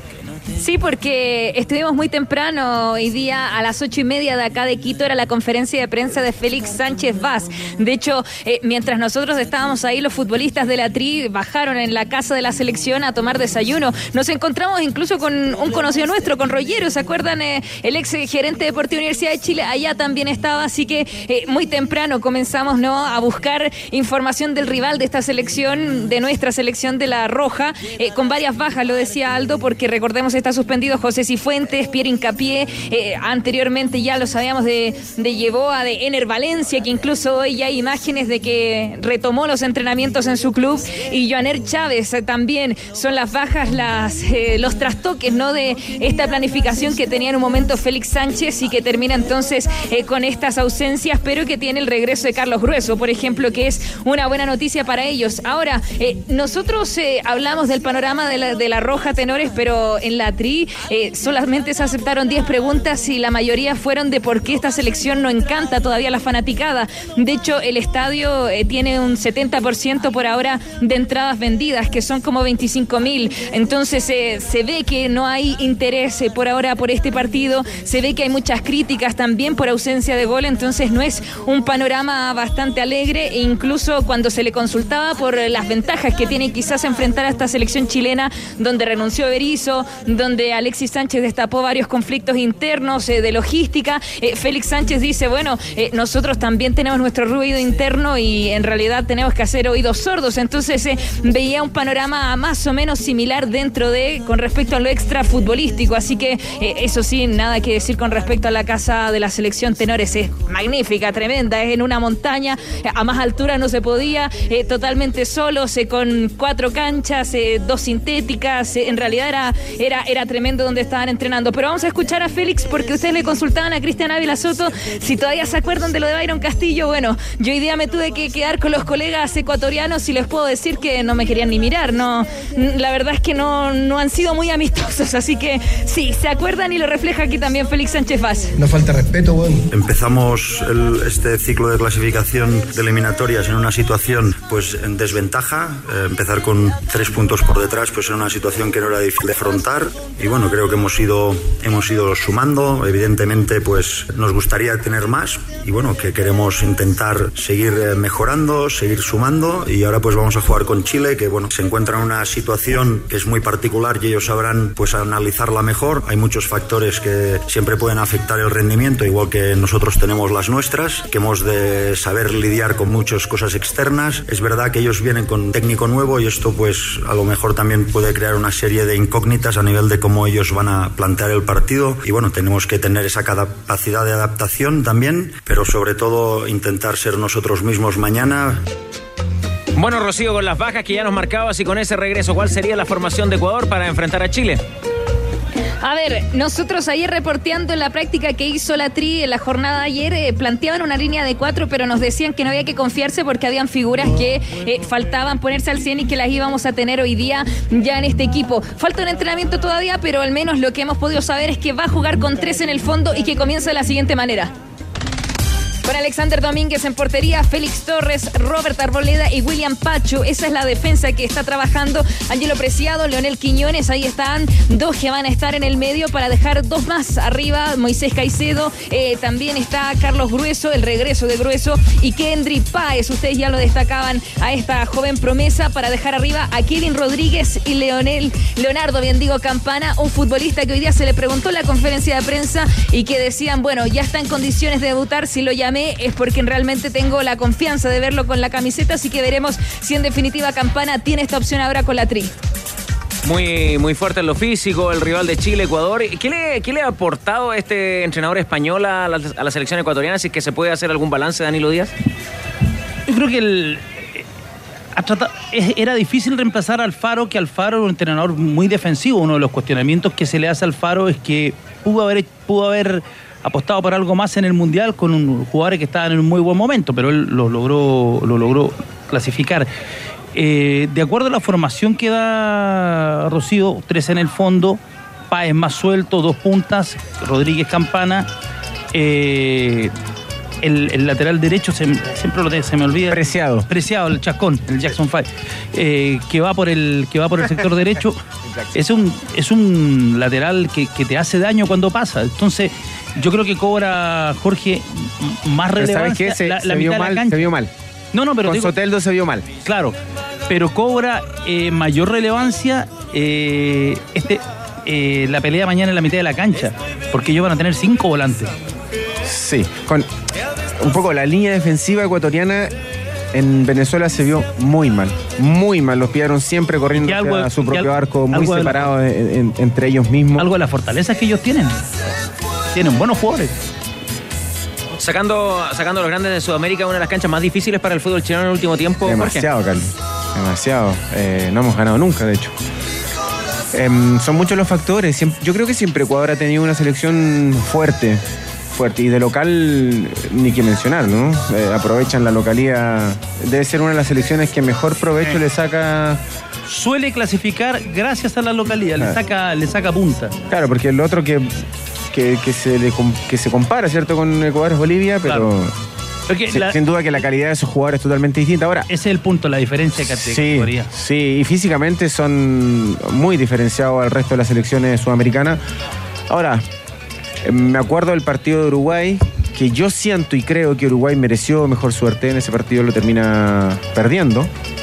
Sí, porque estuvimos muy temprano hoy día a las ocho y media de acá de Quito, era la conferencia de prensa de Félix Sánchez Vaz. De hecho, eh, mientras nosotros estábamos ahí, los futbolistas de la Tri bajaron en la casa de la selección a tomar desayuno. Nos encontramos incluso con un conocido nuestro, con Rollero, ¿se acuerdan? Eh, el ex gerente deportivo de Universidad de Chile, allá también estaba, así que eh, muy temprano comenzamos, ¿no?, a buscar información del rival de esta selección, de nuestra selección de la Roja, eh, con varias bajas, lo decía Aldo, porque recordemos esta suspendido José Cifuentes, Pierre Hincapié, eh, anteriormente ya lo sabíamos de, de Yeboa, de Ener Valencia, que incluso hoy ya hay imágenes de que retomó los entrenamientos en su club, y Joaner Chávez eh, también. Son las bajas, las eh, los trastoques, ¿no?, de esta planificación que tenía en un momento Félix Sánchez y que termina entonces eh, con estas ausencias, pero que tiene el regreso de Carlos Grueso, por ejemplo, que es una buena noticia para ellos. Ahora, eh, nosotros eh, hablamos del panorama de la, de la Roja, tenores, pero en la Tri Eh, solamente se aceptaron diez preguntas y la mayoría fueron de por qué esta selección no encanta todavía la fanaticada. De hecho, el estadio eh, tiene un setenta por ciento por ahora de entradas vendidas, que son como veinticinco mil. Entonces eh, se ve que no hay interés eh, por ahora por este partido, se ve que hay muchas críticas también por ausencia de gol, entonces no es un panorama bastante alegre, e incluso cuando se le consultaba por las ventajas que tiene quizás enfrentar a esta selección chilena, donde renunció Berizzo, donde Alexis Sánchez destapó varios conflictos internos eh, de logística. Eh, Félix Sánchez dice, bueno, eh, nosotros también tenemos nuestro ruido interno y en realidad tenemos que hacer oídos sordos. Entonces eh, veía un panorama más o menos similar dentro de, con respecto a lo extra futbolístico. Así que eh, eso sí, nada que decir con respecto a la casa de la selección, tenores. Es magnífica, tremenda, es en una montaña, a más altura no se podía, eh, totalmente solos, eh, con cuatro canchas, eh, dos sintéticas. Eh, en realidad era, era, era tremendo donde estaban entrenando. Pero vamos a escuchar a Félix, porque ustedes le consultaban a Cristian Ávila Soto si todavía se acuerdan de lo de Byron Castillo. Bueno, yo hoy día me tuve que quedar con los colegas ecuatorianos y les puedo decir que no me querían ni mirar. No, la verdad es que no, no han sido muy amistosos, así que sí, se acuerdan, y lo refleja aquí también Félix Sánchez Vaz. No falta respeto, bueno. Empezamos el, este ciclo de clasificación de eliminatorias en una situación pues en desventaja. Eh, empezar con tres puntos por detrás pues en una situación que no era difícil de afrontar, y bueno, creo que hemos ido hemos ido sumando. Evidentemente pues nos gustaría tener más, y bueno, que queremos intentar seguir mejorando, seguir sumando, y ahora pues vamos a jugar con Chile, que bueno, se encuentra en una situación que es muy particular y ellos sabrán pues analizarla mejor. Hay muchos factores que siempre pueden afectar el rendimiento, igual que nosotros tenemos las nuestras, que hemos de saber lidiar con muchas cosas externas. Es verdad que ellos vienen con técnico nuevo, y esto pues a lo mejor también puede crear una serie de incógnitas a nivel de cómo ellos van a plantear el partido, y bueno, tenemos que tener esa capacidad de adaptación también, pero sobre todo intentar ser nosotros mismos mañana. Bueno, Rocío, con las bajas que ya nos marcabas y con ese regreso, ¿cuál sería la formación de Ecuador para enfrentar a Chile? A ver, nosotros ayer reporteando en la práctica que hizo la Tri en la jornada de ayer, eh, planteaban una línea de cuatro, pero nos decían que no había que confiarse porque habían figuras que eh, faltaban ponerse al cien y que las íbamos a tener hoy día ya en este equipo. Falta un entrenamiento todavía, pero al menos lo que hemos podido saber es que va a jugar con tres en el fondo y que comienza de la siguiente manera. Con Alexander Domínguez en portería, Félix Torres, Robert Arboleda y William Pacho. Esa es la defensa que está trabajando Angelo Preciado, Leonel Quiñones. Ahí están dos que van a estar en el medio para dejar dos más arriba. Moisés Caicedo, eh, también está Carlos Grueso, el regreso de Grueso, y Kendry Páez. Ustedes ya lo destacaban a esta joven promesa para dejar arriba a Kevin Rodríguez y Leonel, Leonardo, bien digo, Campana, un futbolista que hoy día se le preguntó en la conferencia de prensa y que decían, bueno, ya está en condiciones de debutar. Si lo llamé es porque realmente tengo la confianza de verlo con la camiseta, así que veremos si en definitiva Campana tiene esta opción ahora con la Tri. Muy, muy fuerte en lo físico, el rival de Chile, Ecuador. ¿Qué le, qué le ha aportado este entrenador español a la, a la selección ecuatoriana? Si es que se puede hacer algún balance, Danilo Díaz. Yo creo que el, a tratar, era difícil reemplazar a Alfaro, que Alfaro es un entrenador muy defensivo. Uno de los cuestionamientos que se le hace a Alfaro es que pudo haber, pudo haber apostado por algo más en el Mundial con un jugador que estaba en un muy buen momento, pero él lo logró, lo logró clasificar. Eh, de acuerdo a la formación que da Rocío, tres en el fondo, Páez más suelto, dos puntas, Rodríguez Campana, eh, el, el lateral derecho, se, siempre lo, se me olvida. Preciado. Preciado, el Chascón, el Jackson Five, eh, que va por el que va por el sector derecho. Es un, es un lateral que, que te hace daño cuando pasa. Entonces, yo creo que cobra, Jorge, más relevancia. ¿Sabes qué? Se, la, se la vio mitad mal, de la cancha. se vio mal. No, no, pero con digo, Soteldo se vio mal. Claro, pero cobra eh, mayor relevancia eh, este eh, la pelea mañana en la mitad de la cancha, porque ellos van a tener cinco volantes. Sí, con un poco la línea defensiva ecuatoriana en Venezuela se vio muy mal, muy mal. Los pillaron siempre corriendo algo, a su propio algo, arco, muy separados la, en, en, entre ellos mismos. Algo de las fortalezas que ellos tienen. Tienen buenos jugadores. Sacando, sacando a los grandes de Sudamérica, una de las canchas más difíciles para el fútbol chileno en el último tiempo. Demasiado, Carlos. Demasiado. Eh, no hemos ganado nunca, de hecho. Eh, son muchos los factores. Siempre, yo creo que siempre Ecuador ha tenido una selección fuerte. Fuerte. Y de local, ni que mencionar, ¿no? Eh, aprovechan la localía. Debe ser una de las selecciones que mejor provecho eh. le saca. Suele clasificar gracias a la localidad, claro. le saca, le saca punta. Claro, porque el otro que. Que, que, se le, que se compara, ¿cierto?, con Ecuador es Bolivia, pero claro. sin, la, sin duda que la calidad de esos jugadores es totalmente distinta. Ahora, ese es el punto, la diferencia de categoría. Sí, sí, y físicamente son muy diferenciados al resto de las selecciones sudamericanas. Ahora, me acuerdo del partido de Uruguay, que yo siento y creo que Uruguay mereció mejor suerte. En ese partido lo termina perdiendo,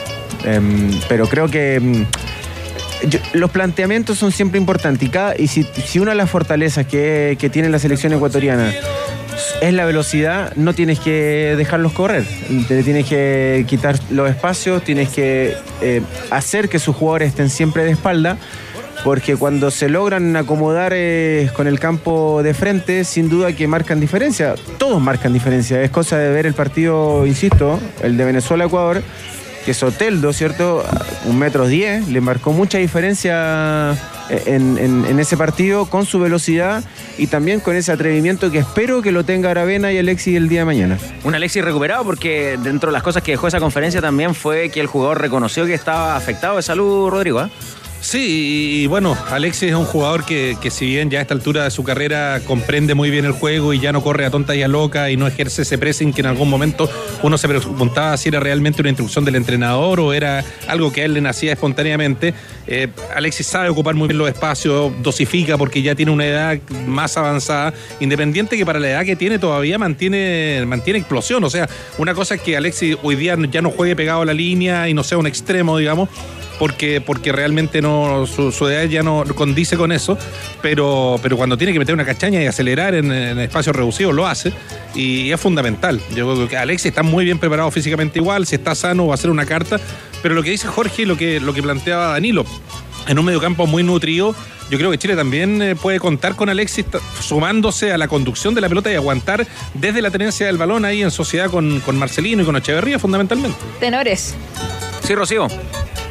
um, pero creo que... Um, Yo, los planteamientos son siempre importantes y, cada, y si, si una de las fortalezas que, que tiene la selección ecuatoriana es la velocidad, no tienes que dejarlos correr, te tienes que quitar los espacios, tienes que eh, hacer que sus jugadores estén siempre de espalda, porque cuando se logran acomodar eh, con el campo de frente, sin duda que marcan diferencia, todos marcan diferencia. Es cosa de ver el partido, insisto, el de Venezuela-Ecuador, que Soteldo, ¿cierto?, un metro diez, le marcó mucha diferencia en, en, en ese partido con su velocidad y también con ese atrevimiento que espero que lo tenga Aravena y Alexis el día de mañana. Un Alexis recuperado, porque dentro de las cosas que dejó esa conferencia también fue que el jugador reconoció que estaba afectado de salud, Rodrigo, ¿eh? Sí, y bueno, Alexis es un jugador que, que si bien ya a esta altura de su carrera comprende muy bien el juego y ya no corre a tonta y a loca y no ejerce ese pressing que en algún momento uno se preguntaba si era realmente una instrucción del entrenador o era algo que a él le nacía espontáneamente, eh, Alexis sabe ocupar muy bien los espacios, dosifica porque ya tiene una edad más avanzada, independiente que para la edad que tiene todavía mantiene, mantiene explosión. O sea, una cosa es que Alexis hoy día ya no juegue pegado a la línea y no sea un extremo, digamos, porque, porque realmente no su, su edad ya no condice con eso, pero, pero cuando tiene que meter una cachaña y acelerar en, en espacios reducidos lo hace y, y es fundamental. Yo creo que Alexis está muy bien preparado físicamente igual, si está sano va a ser una carta, pero lo que dice Jorge y lo que, lo que planteaba Danilo, en un mediocampo muy nutrido, yo creo que Chile también eh, puede contar con Alexis t- sumándose a la conducción de la pelota y aguantar desde la tenencia del balón ahí en sociedad con, con Marcelino y con Echeverría fundamentalmente. Tenores. Sí, Rocío.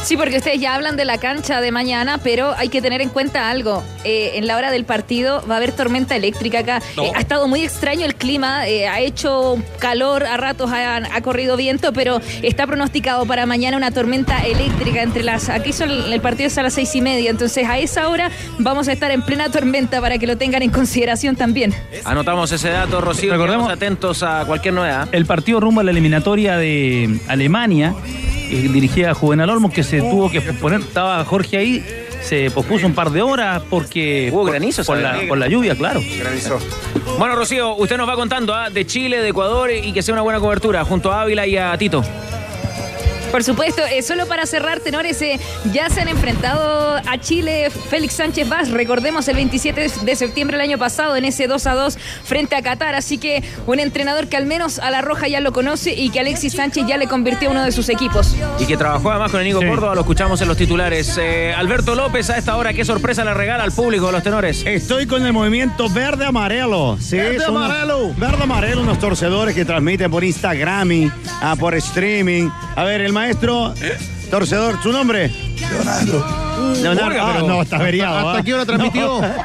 Sí, porque ustedes ya hablan de la cancha de mañana, pero hay que tener en cuenta algo. Eh, en la hora del partido va a haber tormenta eléctrica acá. No. Eh, ha estado muy extraño el clima, eh, ha hecho calor, a ratos ha, ha corrido viento, pero está pronosticado para mañana una tormenta eléctrica entre las... Aquí son, el partido es a las seis y media, entonces a esa hora vamos a estar en plena tormenta para que lo tengan en consideración también. Anotamos ese dato, Rocío. Recordemos- Quedamos atentos a cualquier novedad. El partido rumbo a la eliminatoria de Alemania, eh, dirigida a Juvenal Olmos, que se tuvo que poner, estaba Jorge ahí, se pospuso un par de horas porque... Hubo granizo, por, ¿sabes? la, por la lluvia, claro. Granizó. Bueno, Rocío, usted nos va contando ¿ah? de Chile, de Ecuador y que sea una buena cobertura junto a Ávila y a Tito. Por supuesto, eh, solo para cerrar, tenores, eh, ya se han enfrentado a Chile Félix Sánchez Vaz, recordemos el veintisiete de septiembre del año pasado en ese dos a dos frente a Qatar, así que un entrenador que al menos a la Roja ya lo conoce y que Alexis Sánchez ya le convirtió a uno de sus equipos. Y que trabajó además con el Nico Sí. Córdoba, lo escuchamos en los titulares. Eh, Alberto López, a esta hora, ¿qué sorpresa le regala al público los tenores? Estoy con el movimiento verde amarelo. Sí, Verde son unos- amarelo. Verde amarelo, unos torcedores que transmiten por Instagram y ah, por streaming. A ver, el maestro torcedor, ¿su nombre? Leonardo. Leonardo, Oiga, ah, pero no, está averiado. ¿hasta ah. qué hora transmitió? No.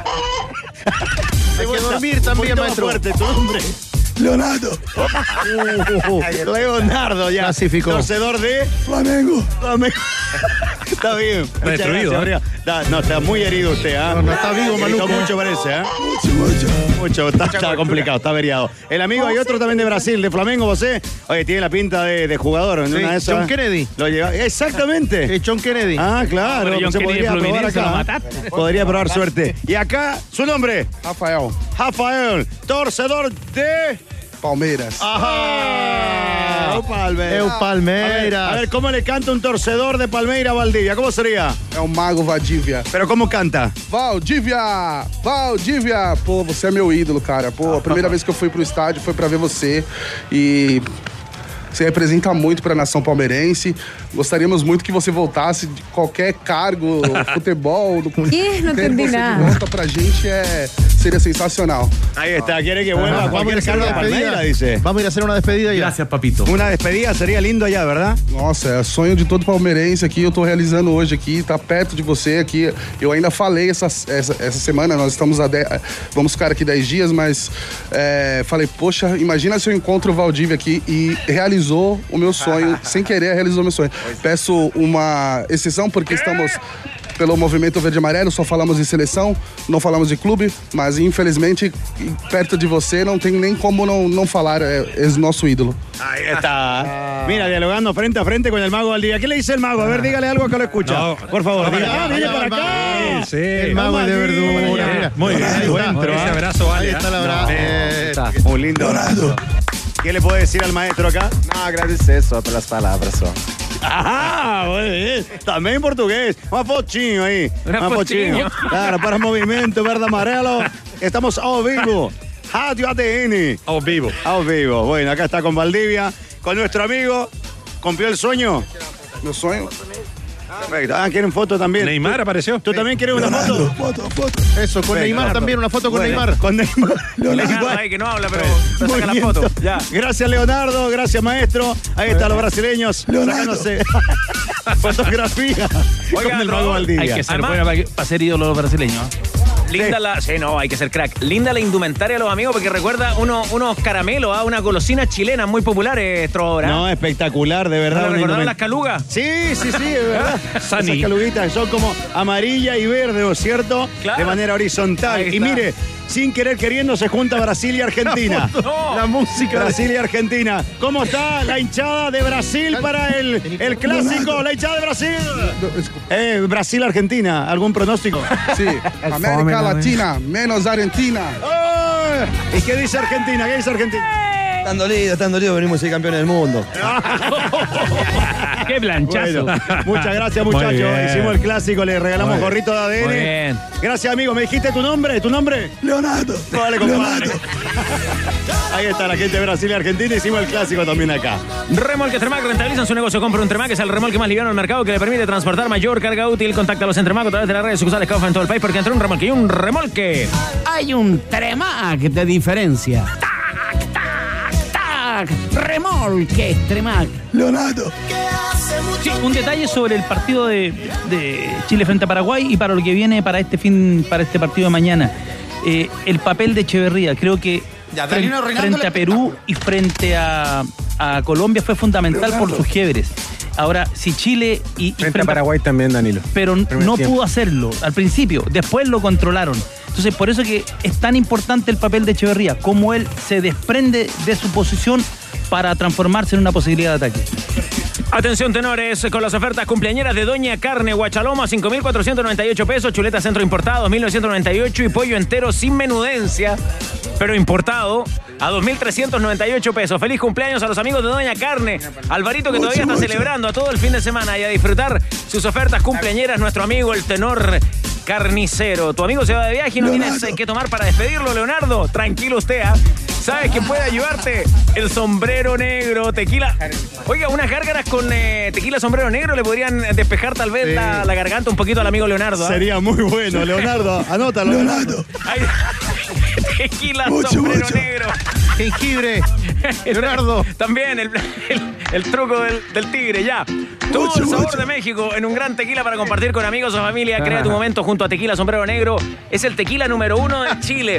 Hay que dormir también, Un poquito más maestro. fuerte, ¿tu nombre? Leonardo. Leonardo, ya. Clasificó. Torcedor de Flamengo. Flamengo. Está bien. Muchas destruido, gracias, ¿eh? María. Está- no, está muy herido usted, ¿ah? No, no está vivo, Gritó maluco. mucho parece, ¿eh? Mucho, mucho. Mucho, está, está complicado, está averiado. El amigo, hay otro también de Brasil, de Flamengo, José. Oye, tiene la pinta de, de jugador. En Sí, una de esas, John Kennedy. Lo lleva. Exactamente. Eh, John Kennedy. Ah, claro. Pero John se Kennedy podría de probar Fluminense, lo acá. mataste. Podría probar suerte. Y acá, su nombre. Rafael. Rafael, torcedor de Palmeiras. Ajá. Eu Palmeiras. Eu Palmeiras. A ver, a ver, ¿cómo le canta un torcedor de Palmeiras a Valdivia? ¿Cómo sería? É o Mago Valdívia. Pero ¿cómo canta? Valdívia! Valdívia! Pô, você é meu ídolo, cara. Pô, a primeira vez que eu fui pro estádio foi pra ver você e você representa muito pra nação palmeirense. Gostaríamos muito que você voltasse de qualquer cargo, futebol. Do... ¿Qué? No Ter entendí você nada. de volta pra gente é... seria sensacional. Ahí está, quiere que vuelva a Vamos a ir a cualquier hacer cargo una de Palmeiras, despedida. dice. Vamos a ir a hacer una despedida ya. Gracias, papito. Una despedida sería lindo allá, ¿verdad? Nossa, é sonho de todo palmeirense aqui. Eu tô realizando hoje aqui, tá perto de você aqui. Eu ainda falei essa, essa, essa semana, nós estamos a dez, vamos ficar aqui dez dias, mas é, falei, poxa, imagina se eu encontro o Valdívia aqui e realizou o meu sonho, sem querer realizou o meu sonho. Peço uma exceção porque estamos pelo movimento verde e amarelo, só falamos de seleção, não falamos de clube, mas infelizmente perto de você não tem nem como não, não falar, é, é nosso ídolo. Ahí está. Mira, dialogando frente a frente con el mago Valdivia. ¿Qué le dice el mago? A ver, dígale algo que lo escucha. No. Por favor, No, diga. no, Ah, viene no, para no, acá. sí. El mago es de verdura. Mira. Muy bien. Ahí Buen está. intro, Ese ¿ah? abrazo vale. Ahí está el ¿ah? abrazo. No. Eh, Está. Un lindo abrazo. ¿Qué le puede decir al maestro acá? No, agradecer só pelas palavras só. Ajá, muy bien. También portugués. Más fotinho ahí. Una Más fotinho. Claro, para Movimiento Verde Amarelo. Estamos ao vivo. Radio A D N. Ao vivo. Ao vivo. Bueno, acá está con Valdivia, con nuestro amigo. ¿Cumplió el sueño? Meu sonho? Perfecto. Ah, ¿quieren foto también? Neymar apareció. ¿Tú también quieres una foto? Foto, foto. Eso, con Venga, Neymar Leonardo. también, una foto con Bueno, Neymar. Con Neymar. Leonardo Igual. ahí que no habla, pero, Bueno, pero saca la movimiento. foto. Ya. Gracias, Leonardo. Gracias, maestro. Ahí están los brasileños. Sacándose fotografía Oiga, con el mago Raúl, Valdivia. Hay que ser Además- buena para, para ser ídolo los brasileños. Linda la. Sí, no, hay que ser crack. Linda la indumentaria de los amigos porque recuerda uno, unos caramelos, ¿ah? Unas golosinas chilenas muy populares, Trovador. No, espectacular, de verdad. ¿No una recordaron indument- las calugas? Sí, sí, sí, es verdad. Sunny. Esas caluguitas son como amarilla y verde, ¿no es cierto? Claro. De manera horizontal. Ahí Y está. mire, sin querer queriendo se junta Brasil y Argentina. No. La música. Brasil y Argentina. ¿Cómo está la hinchada de Brasil para el, el clásico? La hinchada de Brasil. Eh, Brasil-Argentina. ¿Algún pronóstico? Sí, América Latina, menos Argentina. ¡Oh! ¿Y qué dice Argentina? ¿Qué dice Argentina? Están dolidos, están dolidos, venimos a ser campeones del mundo. ¡Qué planchazo! Bueno, muchas gracias, Muy muchachos. bien. Hicimos el clásico, le regalamos Muy bien. gorrito de A D N. Muy bien. Gracias, amigo. ¿Me dijiste tu nombre? ¿Tu nombre? Leonardo. Vale, compadre. Ahí está la gente de Brasil y Argentina. Hicimos el clásico también acá. Remolques Tremac rentabilizan su negocio. Compra un Tremac, es el remolque más liviano del mercado que le permite transportar mayor carga útil. Contáctalos en Tremac a través de las redes sucursales que ofrecen en todo el país porque entre un remolque y un remolque. Hay un Tremac de diferencia. ¡Tac, tac, tac! Remolque Tremac. Leonardo. ¿Qué hace Sí, un detalle sobre el partido de, de Chile frente a Paraguay y para lo que viene para este fin, para este partido de mañana. Eh, el papel de Echeverría, creo que Ya, frente, Danilo reinando frente el a Perú y frente a, a Colombia fue fundamental por sus quiebres. Ahora, si Chile y, y Frente a frente Paraguay también, Danilo. pero Primer no tiempo. pudo hacerlo al principio, después lo controlaron. Entonces, por eso que es tan importante el papel de Echeverría, cómo él se desprende de su posición para transformarse en una posibilidad de ataque. Atención, tenores, con las ofertas cumpleañeras de Doña Carne, Guachaloma, cinco mil cuatrocientos noventa y ocho pesos, chuleta centro importado, mil novecientos noventa y ocho y pollo entero sin menudencia, pero importado, a dos mil trescientos noventa y ocho pesos. Feliz cumpleaños a los amigos de Doña Carne. Alvarito, que todavía está celebrando a todo el fin de semana y a disfrutar sus ofertas cumpleañeras, nuestro amigo, el tenor carnicero. Tu amigo se va de viaje y no Leonardo. tienes que tomar para despedirlo, Leonardo. Tranquilo usted, ¿ah? ¿Sabes quién puede ayudarte? El sombrero negro, tequila. Oiga, unas gárgaras con eh, tequila sombrero negro le podrían despejar tal vez Sí. la, la garganta un poquito al amigo Leonardo. ¿ah? Sería muy bueno, Leonardo. Anótalo. Leonardo. Ay, tequila Mucho, sombrero mucho. negro. Jengibre. Leonardo. También el, el, el truco del, del tigre, ya. Todo Mucho, el sabor mucho. de México en un gran tequila para compartir con amigos o familia. Crea tu momento junto a Tequila Sombrero Negro. Es el tequila número uno de Chile.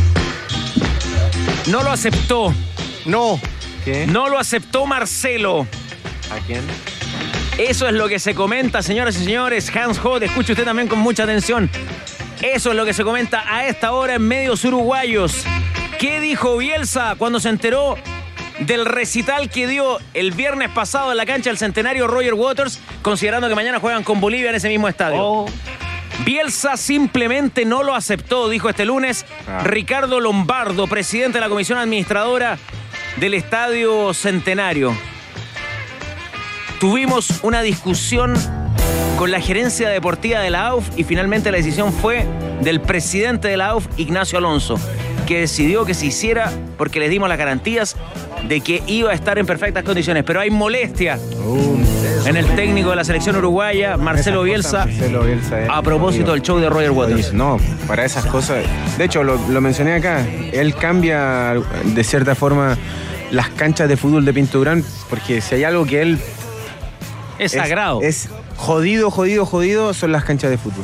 No lo aceptó. No. ¿Qué? No lo aceptó Marcelo. ¿A quién? Eso es lo que se comenta, señoras y señores. Hans Hoth, escuche usted también con mucha atención. Eso es lo que se comenta a esta hora en medios uruguayos. ¿Qué dijo Bielsa cuando se enteró del recital que dio el viernes pasado en la cancha del Centenario Roger Waters, considerando que mañana juegan con Bolivia en ese mismo estadio? Oh. Bielsa simplemente no lo aceptó, dijo este lunes Ah. Ricardo Lombardo, presidente de la comisión administradora del Estadio Centenario. Tuvimos una discusión con la gerencia deportiva de la A U F y finalmente la decisión fue del presidente de la A U F, Ignacio Alonso, que decidió que se hiciera porque les dimos las garantías de que iba a estar en perfectas condiciones. Pero hay molestia en el técnico de la selección uruguaya, Marcelo Bielsa, Marcelo Bielsa, eh. a propósito del show de Roger Waters. No, para esas cosas. De hecho, lo, lo mencioné acá. Él cambia de cierta forma las canchas de fútbol de Pinto Durán, porque si hay algo que él. Es sagrado. Es jodido, jodido, jodido, son las canchas de fútbol.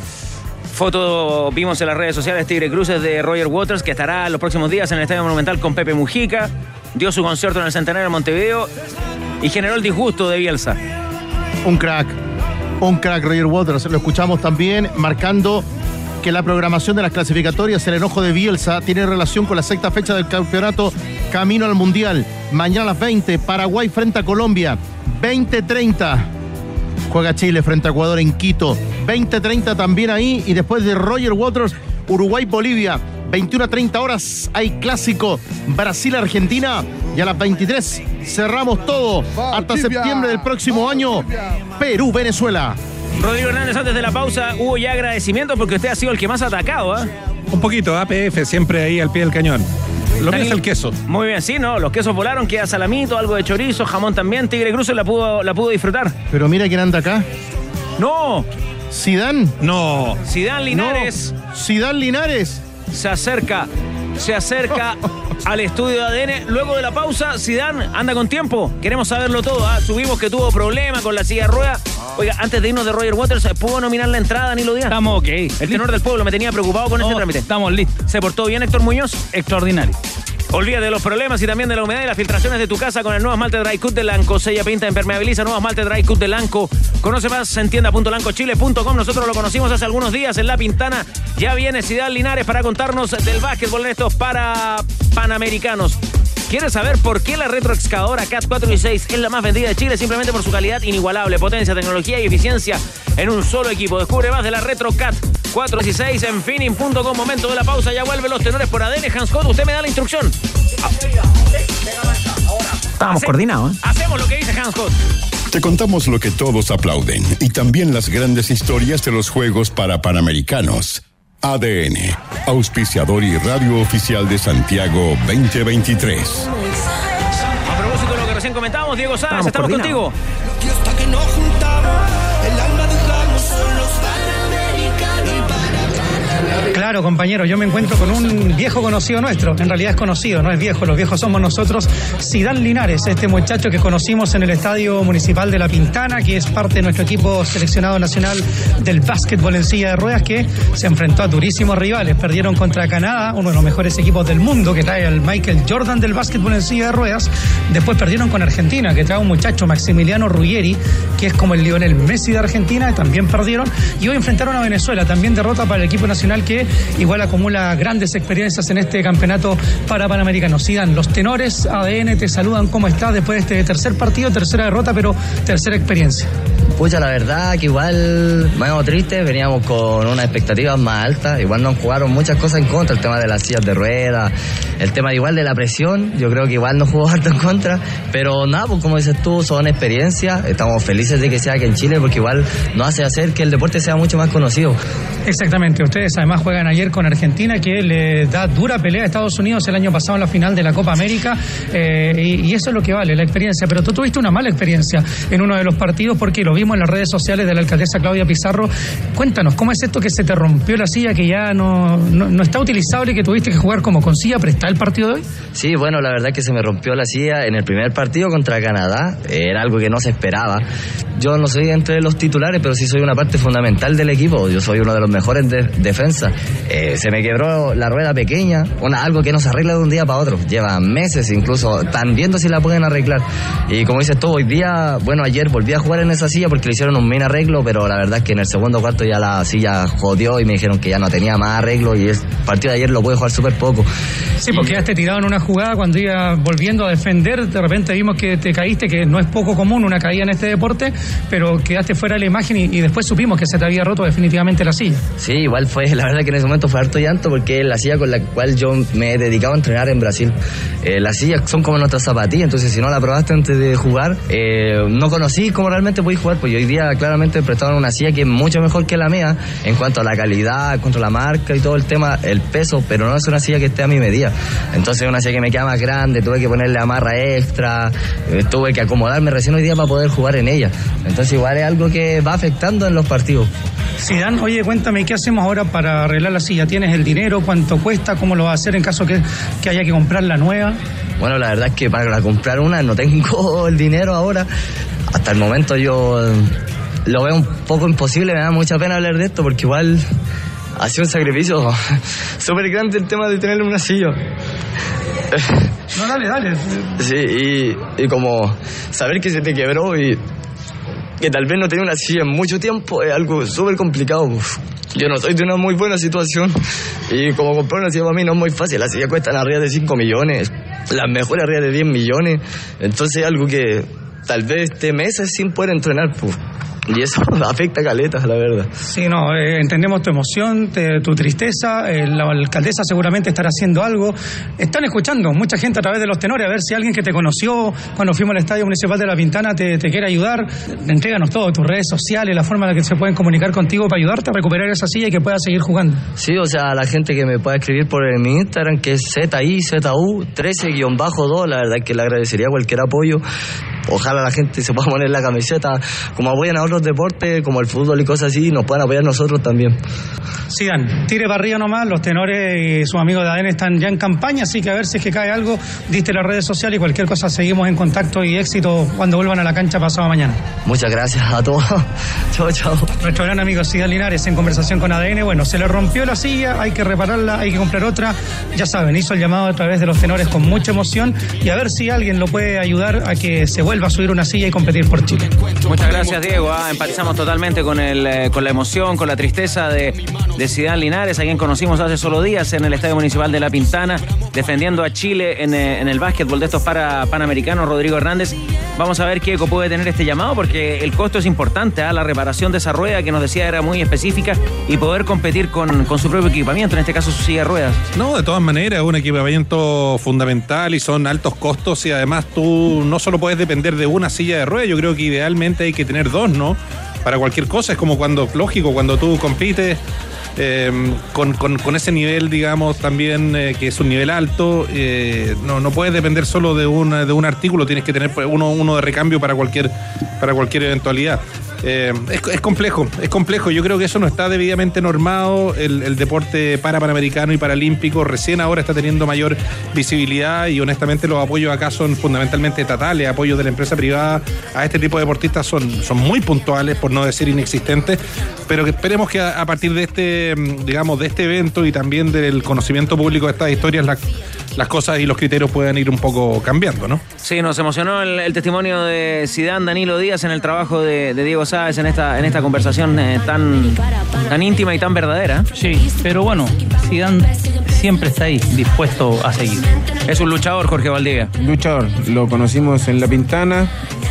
Foto vimos en las redes sociales Tigre Cruces de Roger Waters, que estará los próximos días en el Estadio Monumental con Pepe Mujica. Dio su concierto en el Centenario de Montevideo y generó el disgusto de Bielsa. Un crack. Un crack, Roger Waters. Lo escuchamos también marcando que la programación de las clasificatorias, el enojo de Bielsa, tiene relación con la sexta fecha del campeonato camino al Mundial. Mañana a las veinte, Paraguay frente a Colombia. veinte treinta. Juega Chile frente a Ecuador en Quito. veinte treinta también ahí. Y después de Roger Waters, Uruguay-Bolivia. veintiuna a treinta horas hay clásico Brasil-Argentina. Y a las veintitrés cerramos todo. Hasta septiembre del próximo año, Perú-Venezuela. Rodrigo Hernández, antes de la pausa, hubo ya agradecimientos porque usted ha sido el que más ha atacado, ¿eh? Un poquito, A P F, siempre ahí al pie del cañón. Lo mío es el queso. Muy bien, sí, ¿no? Los quesos volaron, queda salamito, algo de chorizo, jamón también. Tigre Cruces la pudo, la pudo disfrutar. Pero mira quién anda acá. ¡No! ¿Zidane? No. Zidane Linares. No. ¿Zidane Linares? Se acerca, se acerca al estudio de A D N. Luego de la pausa, Zidane anda con tiempo. Queremos saberlo todo, ¿ah? Subimos que tuvo problema con la silla de ruedas. Oiga, antes de irnos de Roger Waters, ¿pudo nominar la entrada Danilo Díaz? Estamos ok. El tenor del pueblo me tenía preocupado con No, ese trámite. Estamos listos. ¿Se portó bien Héctor Muñoz? Extraordinario. Olvídate de los problemas y también de la humedad y las filtraciones de tu casa con el nuevo esmalte Dry Cut de Lanco. Sella, pinta, impermeabiliza, nuevo esmalte Dry Cut de Lanco. Conoce más en tienda punto lanco chile punto com. Nosotros lo conocimos hace algunos días en La Pintana. Ya viene Zidane Linares para contarnos del básquetbol en estos para Panamericanos. ¿Quieres saber por qué la retroexcavadora CAT cuatro dieciséis es la más vendida de Chile? Simplemente por su calidad inigualable, potencia, tecnología y eficiencia en un solo equipo. Descubre más de la Retro CAT cuatro dieciséis en finning punto com. Momento de la pausa, ya vuelven los tenores por A D N. Hans Hoth, usted me da la instrucción. Estábamos coordinados, ¿eh? Hacemos lo que dice Hans Hoth. Te contamos lo que todos aplauden y también las grandes historias de los Juegos para Panamericanos. A D N, auspiciador y radio oficial de Santiago veinte veintitrés. A propósito de lo que recién comentábamos, Diego Sáenz, estamos contigo. Que no juntaba el alma de un ramo, son los panamericanos. Claro, compañero, yo me encuentro con un viejo conocido nuestro, en realidad es conocido, no es viejo, los viejos somos nosotros, Zidane Linares, este muchacho que conocimos en el Estadio Municipal de La Pintana, que es parte de nuestro equipo seleccionado nacional del básquetbol en silla de ruedas, que se enfrentó a durísimos rivales, perdieron contra Canadá, uno de los mejores equipos del mundo, que trae al Michael Jordan del básquetbol en silla de ruedas, después perdieron con Argentina, que trae un muchacho, Maximiliano Ruggeri, que es como el Lionel Messi de Argentina, también perdieron, y hoy enfrentaron a Venezuela, también derrota para el equipo nacional, que igual acumula grandes experiencias en este campeonato para Panamericano. Zidane, los tenores A D N te saludan, ¿cómo estás después de este tercer partido, tercera derrota, pero tercera experiencia? Pucha, la verdad que igual medio triste, veníamos con unas expectativas más altas, igual nos jugaron muchas cosas en contra, el tema de las sillas de ruedas, el tema igual de la presión, yo creo que igual nos jugó harto en contra, pero nada, pues como dices tú, son experiencias, estamos felices de que sea aquí en Chile, porque igual nos hace hacer que el deporte sea mucho más conocido. Exactamente, ustedes además juegan ayer con Argentina, que le da dura pelea a Estados Unidos el año pasado en la final de la Copa América, eh, y, y eso es lo que vale, la experiencia, pero tú tuviste una mala experiencia en uno de los partidos, porque lo vimos en las redes sociales de la alcaldesa Claudia Pizarro. Cuéntanos, ¿cómo es esto que se te rompió la silla, que ya no, no, no está utilizable y que tuviste que jugar como con silla prestada el partido de hoy? Sí, bueno, la verdad es que se me rompió la silla en el primer partido contra Canadá, era algo que no se esperaba. Yo no soy entre los titulares, pero sí soy una parte fundamental del equipo, yo soy uno de los mejores de defensa. Eh, se me quebró la rueda pequeña, una, algo que no se arregla de un día para otro, lleva meses, incluso están viendo si la pueden arreglar. Y como dices tú, hoy día, bueno, ayer volví a jugar en esa silla porque le hicieron un mini arreglo, pero la verdad es que en el segundo cuarto ya la silla jodió y me dijeron que ya no tenía más arreglo, y el partido de ayer lo pude jugar súper poco. Sí, porque quedaste tirado en una jugada cuando ibas volviendo a defender, de repente vimos que te caíste, que no es poco común una caída en este deporte, pero quedaste fuera de la imagen y, y después supimos que se te había roto definitivamente la silla. Sí, igual fue, la verdad que en ese momento fue harto llanto, porque es la silla con la cual yo me he dedicado a entrenar en Brasil. Eh, las sillas son como nuestras zapatillas, entonces si no la probaste antes de jugar, eh, no conocí cómo realmente podéis jugar, pues hoy día claramente prestaron una silla que es mucho mejor que la mía en cuanto a la calidad, en cuanto a la marca y todo el tema, el peso, pero no es una silla que esté a mi medida. Entonces es una silla que me queda más grande, tuve que ponerle amarra extra, eh, tuve que acomodarme recién hoy día para poder jugar en ella. Entonces igual es algo que va afectando en los partidos. Zidane, oye, cuéntame, ¿qué hacemos ahora para arreglar la silla? ¿Tienes el dinero? ¿Cuánto cuesta? ¿Cómo lo va a hacer en caso que, que haya que comprar la nueva? Bueno, la verdad es que para comprar una no tengo el dinero ahora. Hasta el momento yo lo veo un poco imposible, me da mucha pena hablar de esto porque igual ha sido un sacrificio súper grande el tema de tener una silla. No, dale, dale. Sí, y, y como saber que se te quebró y que tal vez no tenía una silla en mucho tiempo es algo súper complicado. Yo no soy de una muy buena situación y como comprar una silla para mí no es muy fácil. Las sillas cuestan arriba de cinco millones, las mejores arriba de diez millones. Entonces es algo que tal vez esté meses sin poder entrenar, pues. Y eso afecta a caletas, la verdad. Sí, no, eh, entendemos tu emoción, te, tu tristeza, eh, la alcaldesa seguramente estará haciendo algo. Están escuchando mucha gente a través de los tenores, a ver si alguien que te conoció cuando fuimos al Estadio Municipal de La Pintana te, te quiere ayudar. Entréganos todo, tus redes sociales, la forma en la que se pueden comunicar contigo para ayudarte a recuperar esa silla y que puedas seguir jugando. Sí, o sea, la gente que me pueda escribir por mi Instagram, que es Z I Z U trece guión dos, la verdad es que le agradecería cualquier apoyo. Ojalá la gente se pueda poner la camiseta, como apoyan a otros deportes, como el fútbol y cosas así, nos puedan apoyar nosotros también. Zidane, tire para arriba nomás, los tenores y sus amigos de A D N están ya en campaña, así que a ver si es que cae algo, diste las redes sociales y cualquier cosa seguimos en contacto y éxito cuando vuelvan a la cancha pasado mañana. Muchas gracias a todos. Chao, chao. Nuestro gran amigo Zidane Linares en conversación con A D N, bueno, se le rompió la silla, hay que repararla, hay que comprar otra, ya saben, hizo el llamado a través de los tenores con mucha emoción y a ver si alguien lo puede ayudar a que se vuelva a subir una silla y competir por Chile. Muchas gracias, Diego. Ah, empatizamos totalmente con el eh, con la emoción, con la tristeza de, de Zidane Linares, a quien conocimos hace solo días en el Estadio Municipal de La Pintana, defendiendo a Chile en, eh, en el básquetbol de estos para panamericanos. Rodrigo Hernández, vamos a ver qué eco puede tener este llamado, porque el costo es importante, ¿eh? La reparación de esa rueda que nos decía era muy específica y poder competir con, con su propio equipamiento, en este caso su silla de ruedas. No, de todas maneras, es un equipamiento fundamental y son altos costos y además tú no solo puedes depender de una silla de ruedas, yo creo que idealmente hay que tener dos, ¿no? Para cualquier cosa, es como cuando, lógico, cuando tú compites eh, con, con, con ese nivel, digamos, también eh, que es un nivel alto, eh, no, no puedes depender solo de un, de un artículo, tienes que tener uno, uno de recambio para cualquier, para cualquier eventualidad. Eh, es, es complejo, es complejo. Yo creo que eso no está debidamente normado. El, el deporte para panamericano y paralímpico recién ahora está teniendo mayor visibilidad y honestamente los apoyos acá son fundamentalmente estatales. Apoyos de la empresa privada a este tipo de deportistas son, son muy puntuales, por no decir inexistentes, pero que esperemos que a, a partir de este, digamos, de este evento y también del conocimiento público de estas historias, la, las cosas y los criterios puedan ir un poco cambiando, ¿no? Sí, nos emocionó el, el testimonio de Zidane, Danilo Díaz, en el trabajo de, de Diego Sáez en esta, en esta conversación eh, tan, tan íntima y tan verdadera. Sí, pero bueno, Zidane siempre está ahí, dispuesto a seguir. Es un luchador, Jorge Valdivia. Luchador, lo conocimos en La Pintana.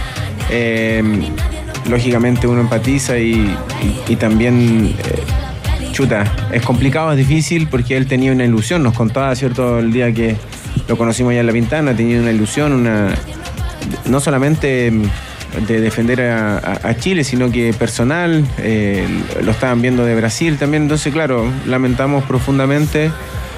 Eh, lógicamente uno empatiza y, y, y también... Eh, Chuta, es complicado, es difícil porque él tenía una ilusión, nos contaba, ¿cierto?, el día que lo conocimos allá en La Pintana, tenía una ilusión, una no solamente de defender a, a, a Chile, sino que personal, eh, lo estaban viendo de Brasil también, entonces claro, lamentamos profundamente,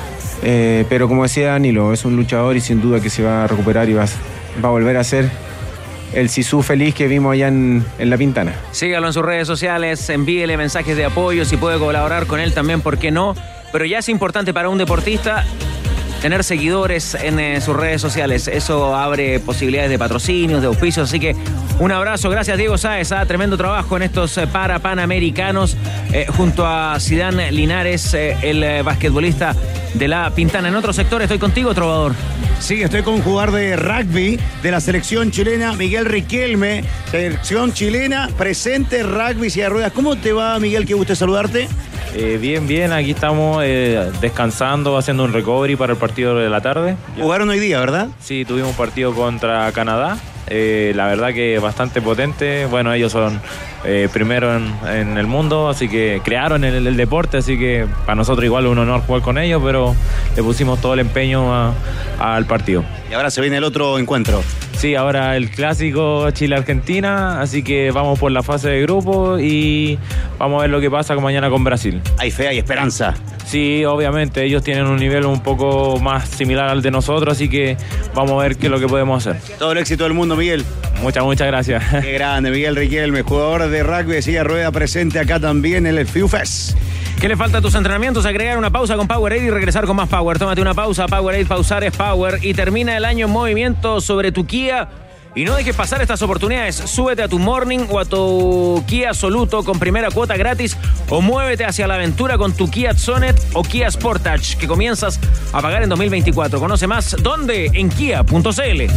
eh, pero como decía Danilo, es un luchador y sin duda que se va a recuperar y va, va a volver a ser el Zizou feliz que vimos allá en, en La Pintana. Sígalo en sus redes sociales, envíele mensajes de apoyo, si puede colaborar con él también, ¿por qué no? Pero ya es importante para un deportista tener seguidores en eh, sus redes sociales. Eso abre posibilidades de patrocinios, de auspicios, así que un abrazo. Gracias, Diego Sáez. Ah, tremendo trabajo en estos eh, para panamericanos eh, junto a Zidane Linares, eh, el eh, basquetbolista de La Pintana. En otro sector estoy contigo, Trovador. Sí, estoy con un jugador de rugby de la selección chilena, Miguel Riquelme. Selección chilena, presente, rugby, silla de ruedas. ¿Cómo te va, Miguel? Qué gusto saludarte. Eh, bien, bien, aquí estamos eh, descansando, haciendo un recovery para el partido de la tarde. Jugaron hoy día, ¿verdad? Sí, tuvimos un partido contra Canadá, eh, la verdad que bastante potente. Bueno, ellos son eh, primero en, en el mundo, así que crearon el, el deporte, así que para nosotros igual un honor jugar con ellos, pero le pusimos todo el empeño a, a, al partido. Y ahora se viene el otro encuentro. Sí, ahora el clásico Chile-Argentina, así que vamos por la fase de grupo y vamos a ver lo que pasa mañana con Brasil. Hay fe, hay esperanza. Sí, obviamente, ellos tienen un nivel un poco más similar al de nosotros, así que vamos a ver qué es lo que podemos hacer. Todo el éxito del mundo, Miguel. Muchas, muchas gracias. Qué grande, Miguel Riquelme, jugador de rugby de silla de rueda, presente acá también en el FIUFES. ¿Qué le falta a tus entrenamientos? Agregar una pausa con Powerade y regresar con más Power. Tómate una pausa, Powerade, pausar es Power. Y termina el año en movimiento sobre tu Kia. Y no dejes pasar estas oportunidades. Súbete a tu Morning o a tu Kia Soluto con primera cuota gratis o muévete hacia la aventura con tu Kia Sonet o Kia Sportage que comienzas a pagar en dos mil veinticuatro. Conoce más, ¿dónde? En kia punto c l.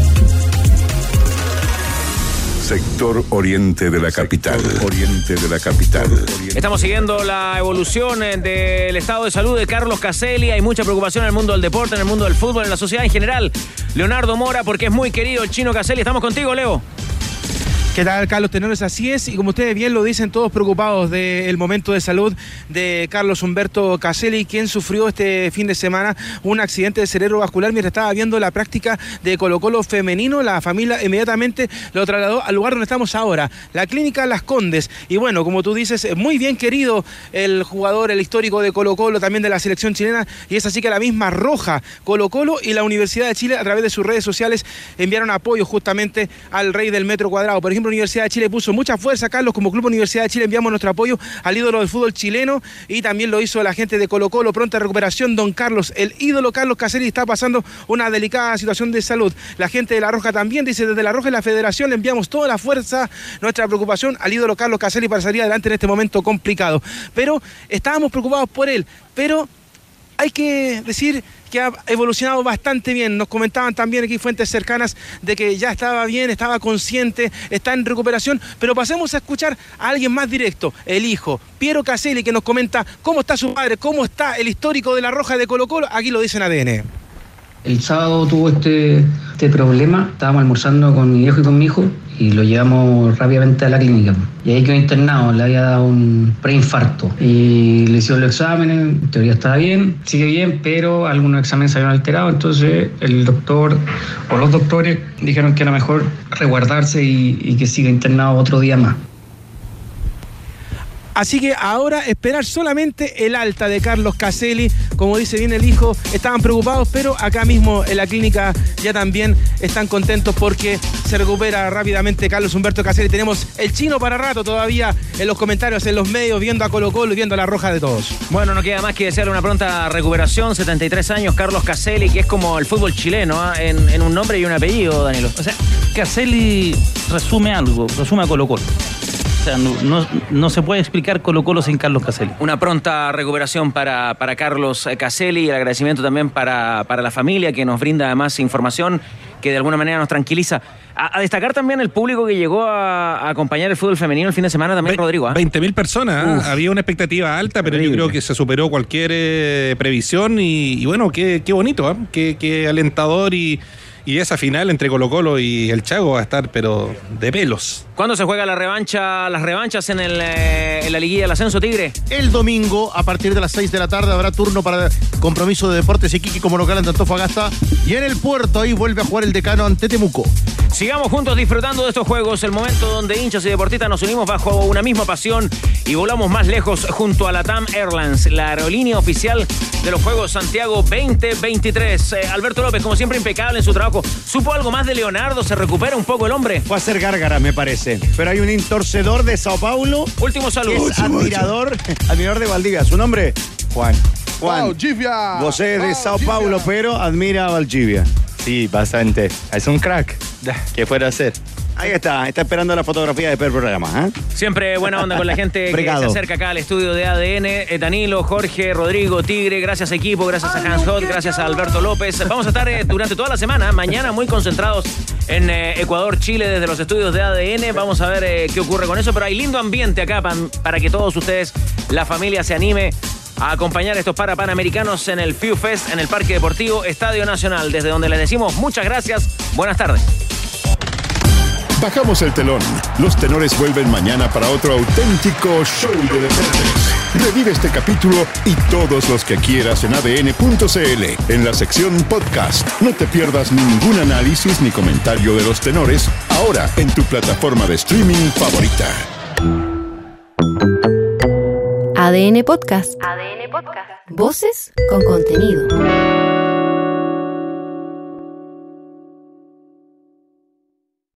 Sector oriente de la capital. Oriente de la capital. Estamos siguiendo la evolución del estado de salud de Carlos Caselli. Hay mucha preocupación en el mundo del deporte, en el mundo del fútbol, en la sociedad en general. Leonardo Mora, porque es muy querido el chino Caselli. Estamos contigo, Leo. ¿Qué tal, Carlos Tenores? Así es, y como ustedes bien lo dicen, todos preocupados del momento de salud de Carlos Humberto Caselli, quien sufrió este fin de semana un accidente de cerebrovascular mientras estaba viendo la práctica de Colo-Colo femenino. La familia inmediatamente lo trasladó al lugar donde estamos ahora, la clínica Las Condes. Y bueno, como tú dices, muy bien querido el jugador, el histórico de Colo-Colo, también de la selección chilena, y es así que la misma Roja, Colo-Colo y la Universidad de Chile, a través de sus redes sociales, enviaron apoyo justamente al rey del metro cuadrado. Por ejemplo, Universidad de Chile puso mucha fuerza. Carlos, como Club Universidad de Chile enviamos nuestro apoyo al ídolo del fútbol chileno, y también lo hizo la gente de Colo-Colo. Pronta recuperación, don Carlos. El ídolo Carlos Caselli está pasando una delicada situación de salud. La gente de La Roja también dice, desde La Roja y la Federación le enviamos toda la fuerza, nuestra preocupación al ídolo Carlos Caselli para salir adelante en este momento complicado. Pero estábamos preocupados por él, pero hay que decir que ha evolucionado bastante bien. Nos comentaban también aquí fuentes cercanas de que ya estaba bien, estaba consciente, está en recuperación, pero pasemos a escuchar a alguien más directo, el hijo, Piero Caselli, que nos comenta cómo está su padre, cómo está el histórico de La Roja de Colo-Colo. Aquí lo dice en A D N. El sábado tuvo este, este problema, estábamos almorzando con mi viejo y con mi hijo y lo llevamos rápidamente a la clínica. Y ahí quedó internado, le había dado un preinfarto. Y le hicieron los exámenes, en teoría estaba bien, sigue bien, pero algunos exámenes se habían alterado, entonces el doctor o los doctores dijeron que era mejor resguardarse y, y que siga internado otro día más. Así que ahora esperar solamente el alta de Carlos Caselli. Como dice bien el hijo, estaban preocupados, pero acá mismo en la clínica ya también están contentos porque se recupera rápidamente Carlos Humberto Caselli. Tenemos el chino para rato todavía en los comentarios, en los medios, viendo a Colo Colo y viendo a la roja de todos. Bueno, no queda más que desearle una pronta recuperación. setenta y tres años, Carlos Caselli, que es como el fútbol chileno, ¿eh? en, en un nombre y un apellido, Danilo. O sea, Caselli resume algo, resume a Colo Colo. O sea, no, no, no se puede explicar Colo Colo sin Carlos Caselli. Una pronta recuperación para, para Carlos Caselli y el agradecimiento también para, para la familia que nos brinda además información que de alguna manera nos tranquiliza. A, a destacar también el público que llegó a, a acompañar el fútbol femenino el fin de semana también, Ve, Rodrigo. ¿eh? veinte mil personas, ¿eh? Había una expectativa alta, pero Terrible. Yo creo que se superó cualquier eh, previsión y, y bueno, qué, qué bonito, ¿eh? qué, qué alentador y... Y esa final entre Colo Colo y el Chago va a estar, pero de pelos. ¿Cuándo se juega la revancha, las revanchas en, el, eh, en la liguilla del ascenso, Tigre? El domingo, a partir de las seis de la tarde, habrá turno para compromiso de Deportes Iquique como local ante Antofagasta. Y en el Puerto, ahí vuelve a jugar el Decano ante Temuco. Sigamos juntos disfrutando de estos juegos, el momento donde hinchas y deportistas nos unimos bajo una misma pasión y volamos más lejos junto a la TAM Airlines, la aerolínea oficial de los Juegos Santiago veinte veintitrés. Eh, Alberto López, como siempre, impecable en su trabajo. ¿Supo algo más de Leonardo? ¿Se recupera un poco el hombre? Fue a hacer gárgara, me parece. Pero hay un torcedor de Sao Paulo. Último saludo. Que es admirador, admirador de Valdivia. ¿Su nombre? Juan. Juan. Valdivia. Vos es de Sao Paulo, pero admira a Valdivia. Sí, bastante. Es un crack. ¿Qué puede hacer? Ahí está, está esperando la fotografía de per programa. ¿eh? Siempre buena onda con la gente que se acerca acá al estudio de A D N. Eh, Danilo, Jorge, Rodrigo, Tigre, gracias equipo, gracias a Hans Hot, gracias a Alberto López. Vamos a estar eh, durante toda la semana, mañana muy concentrados en eh, Ecuador, Chile, desde los estudios de A D N. Vamos a ver eh, qué ocurre con eso, pero hay lindo ambiente acá pa, para que todos ustedes, la familia, se anime a acompañar a estos parapanamericanos en el Fiu Fest, en el Parque Deportivo Estadio Nacional, desde donde les decimos muchas gracias, buenas tardes. Bajamos el telón. Los tenores vuelven mañana para otro auténtico show de deportes. Revive este capítulo y todos los que quieras en A D N punto C L, en la sección podcast. No te pierdas ningún análisis ni comentario de los tenores, ahora en tu plataforma de streaming favorita. A D N Podcast. A D N Podcast. Voces con contenido.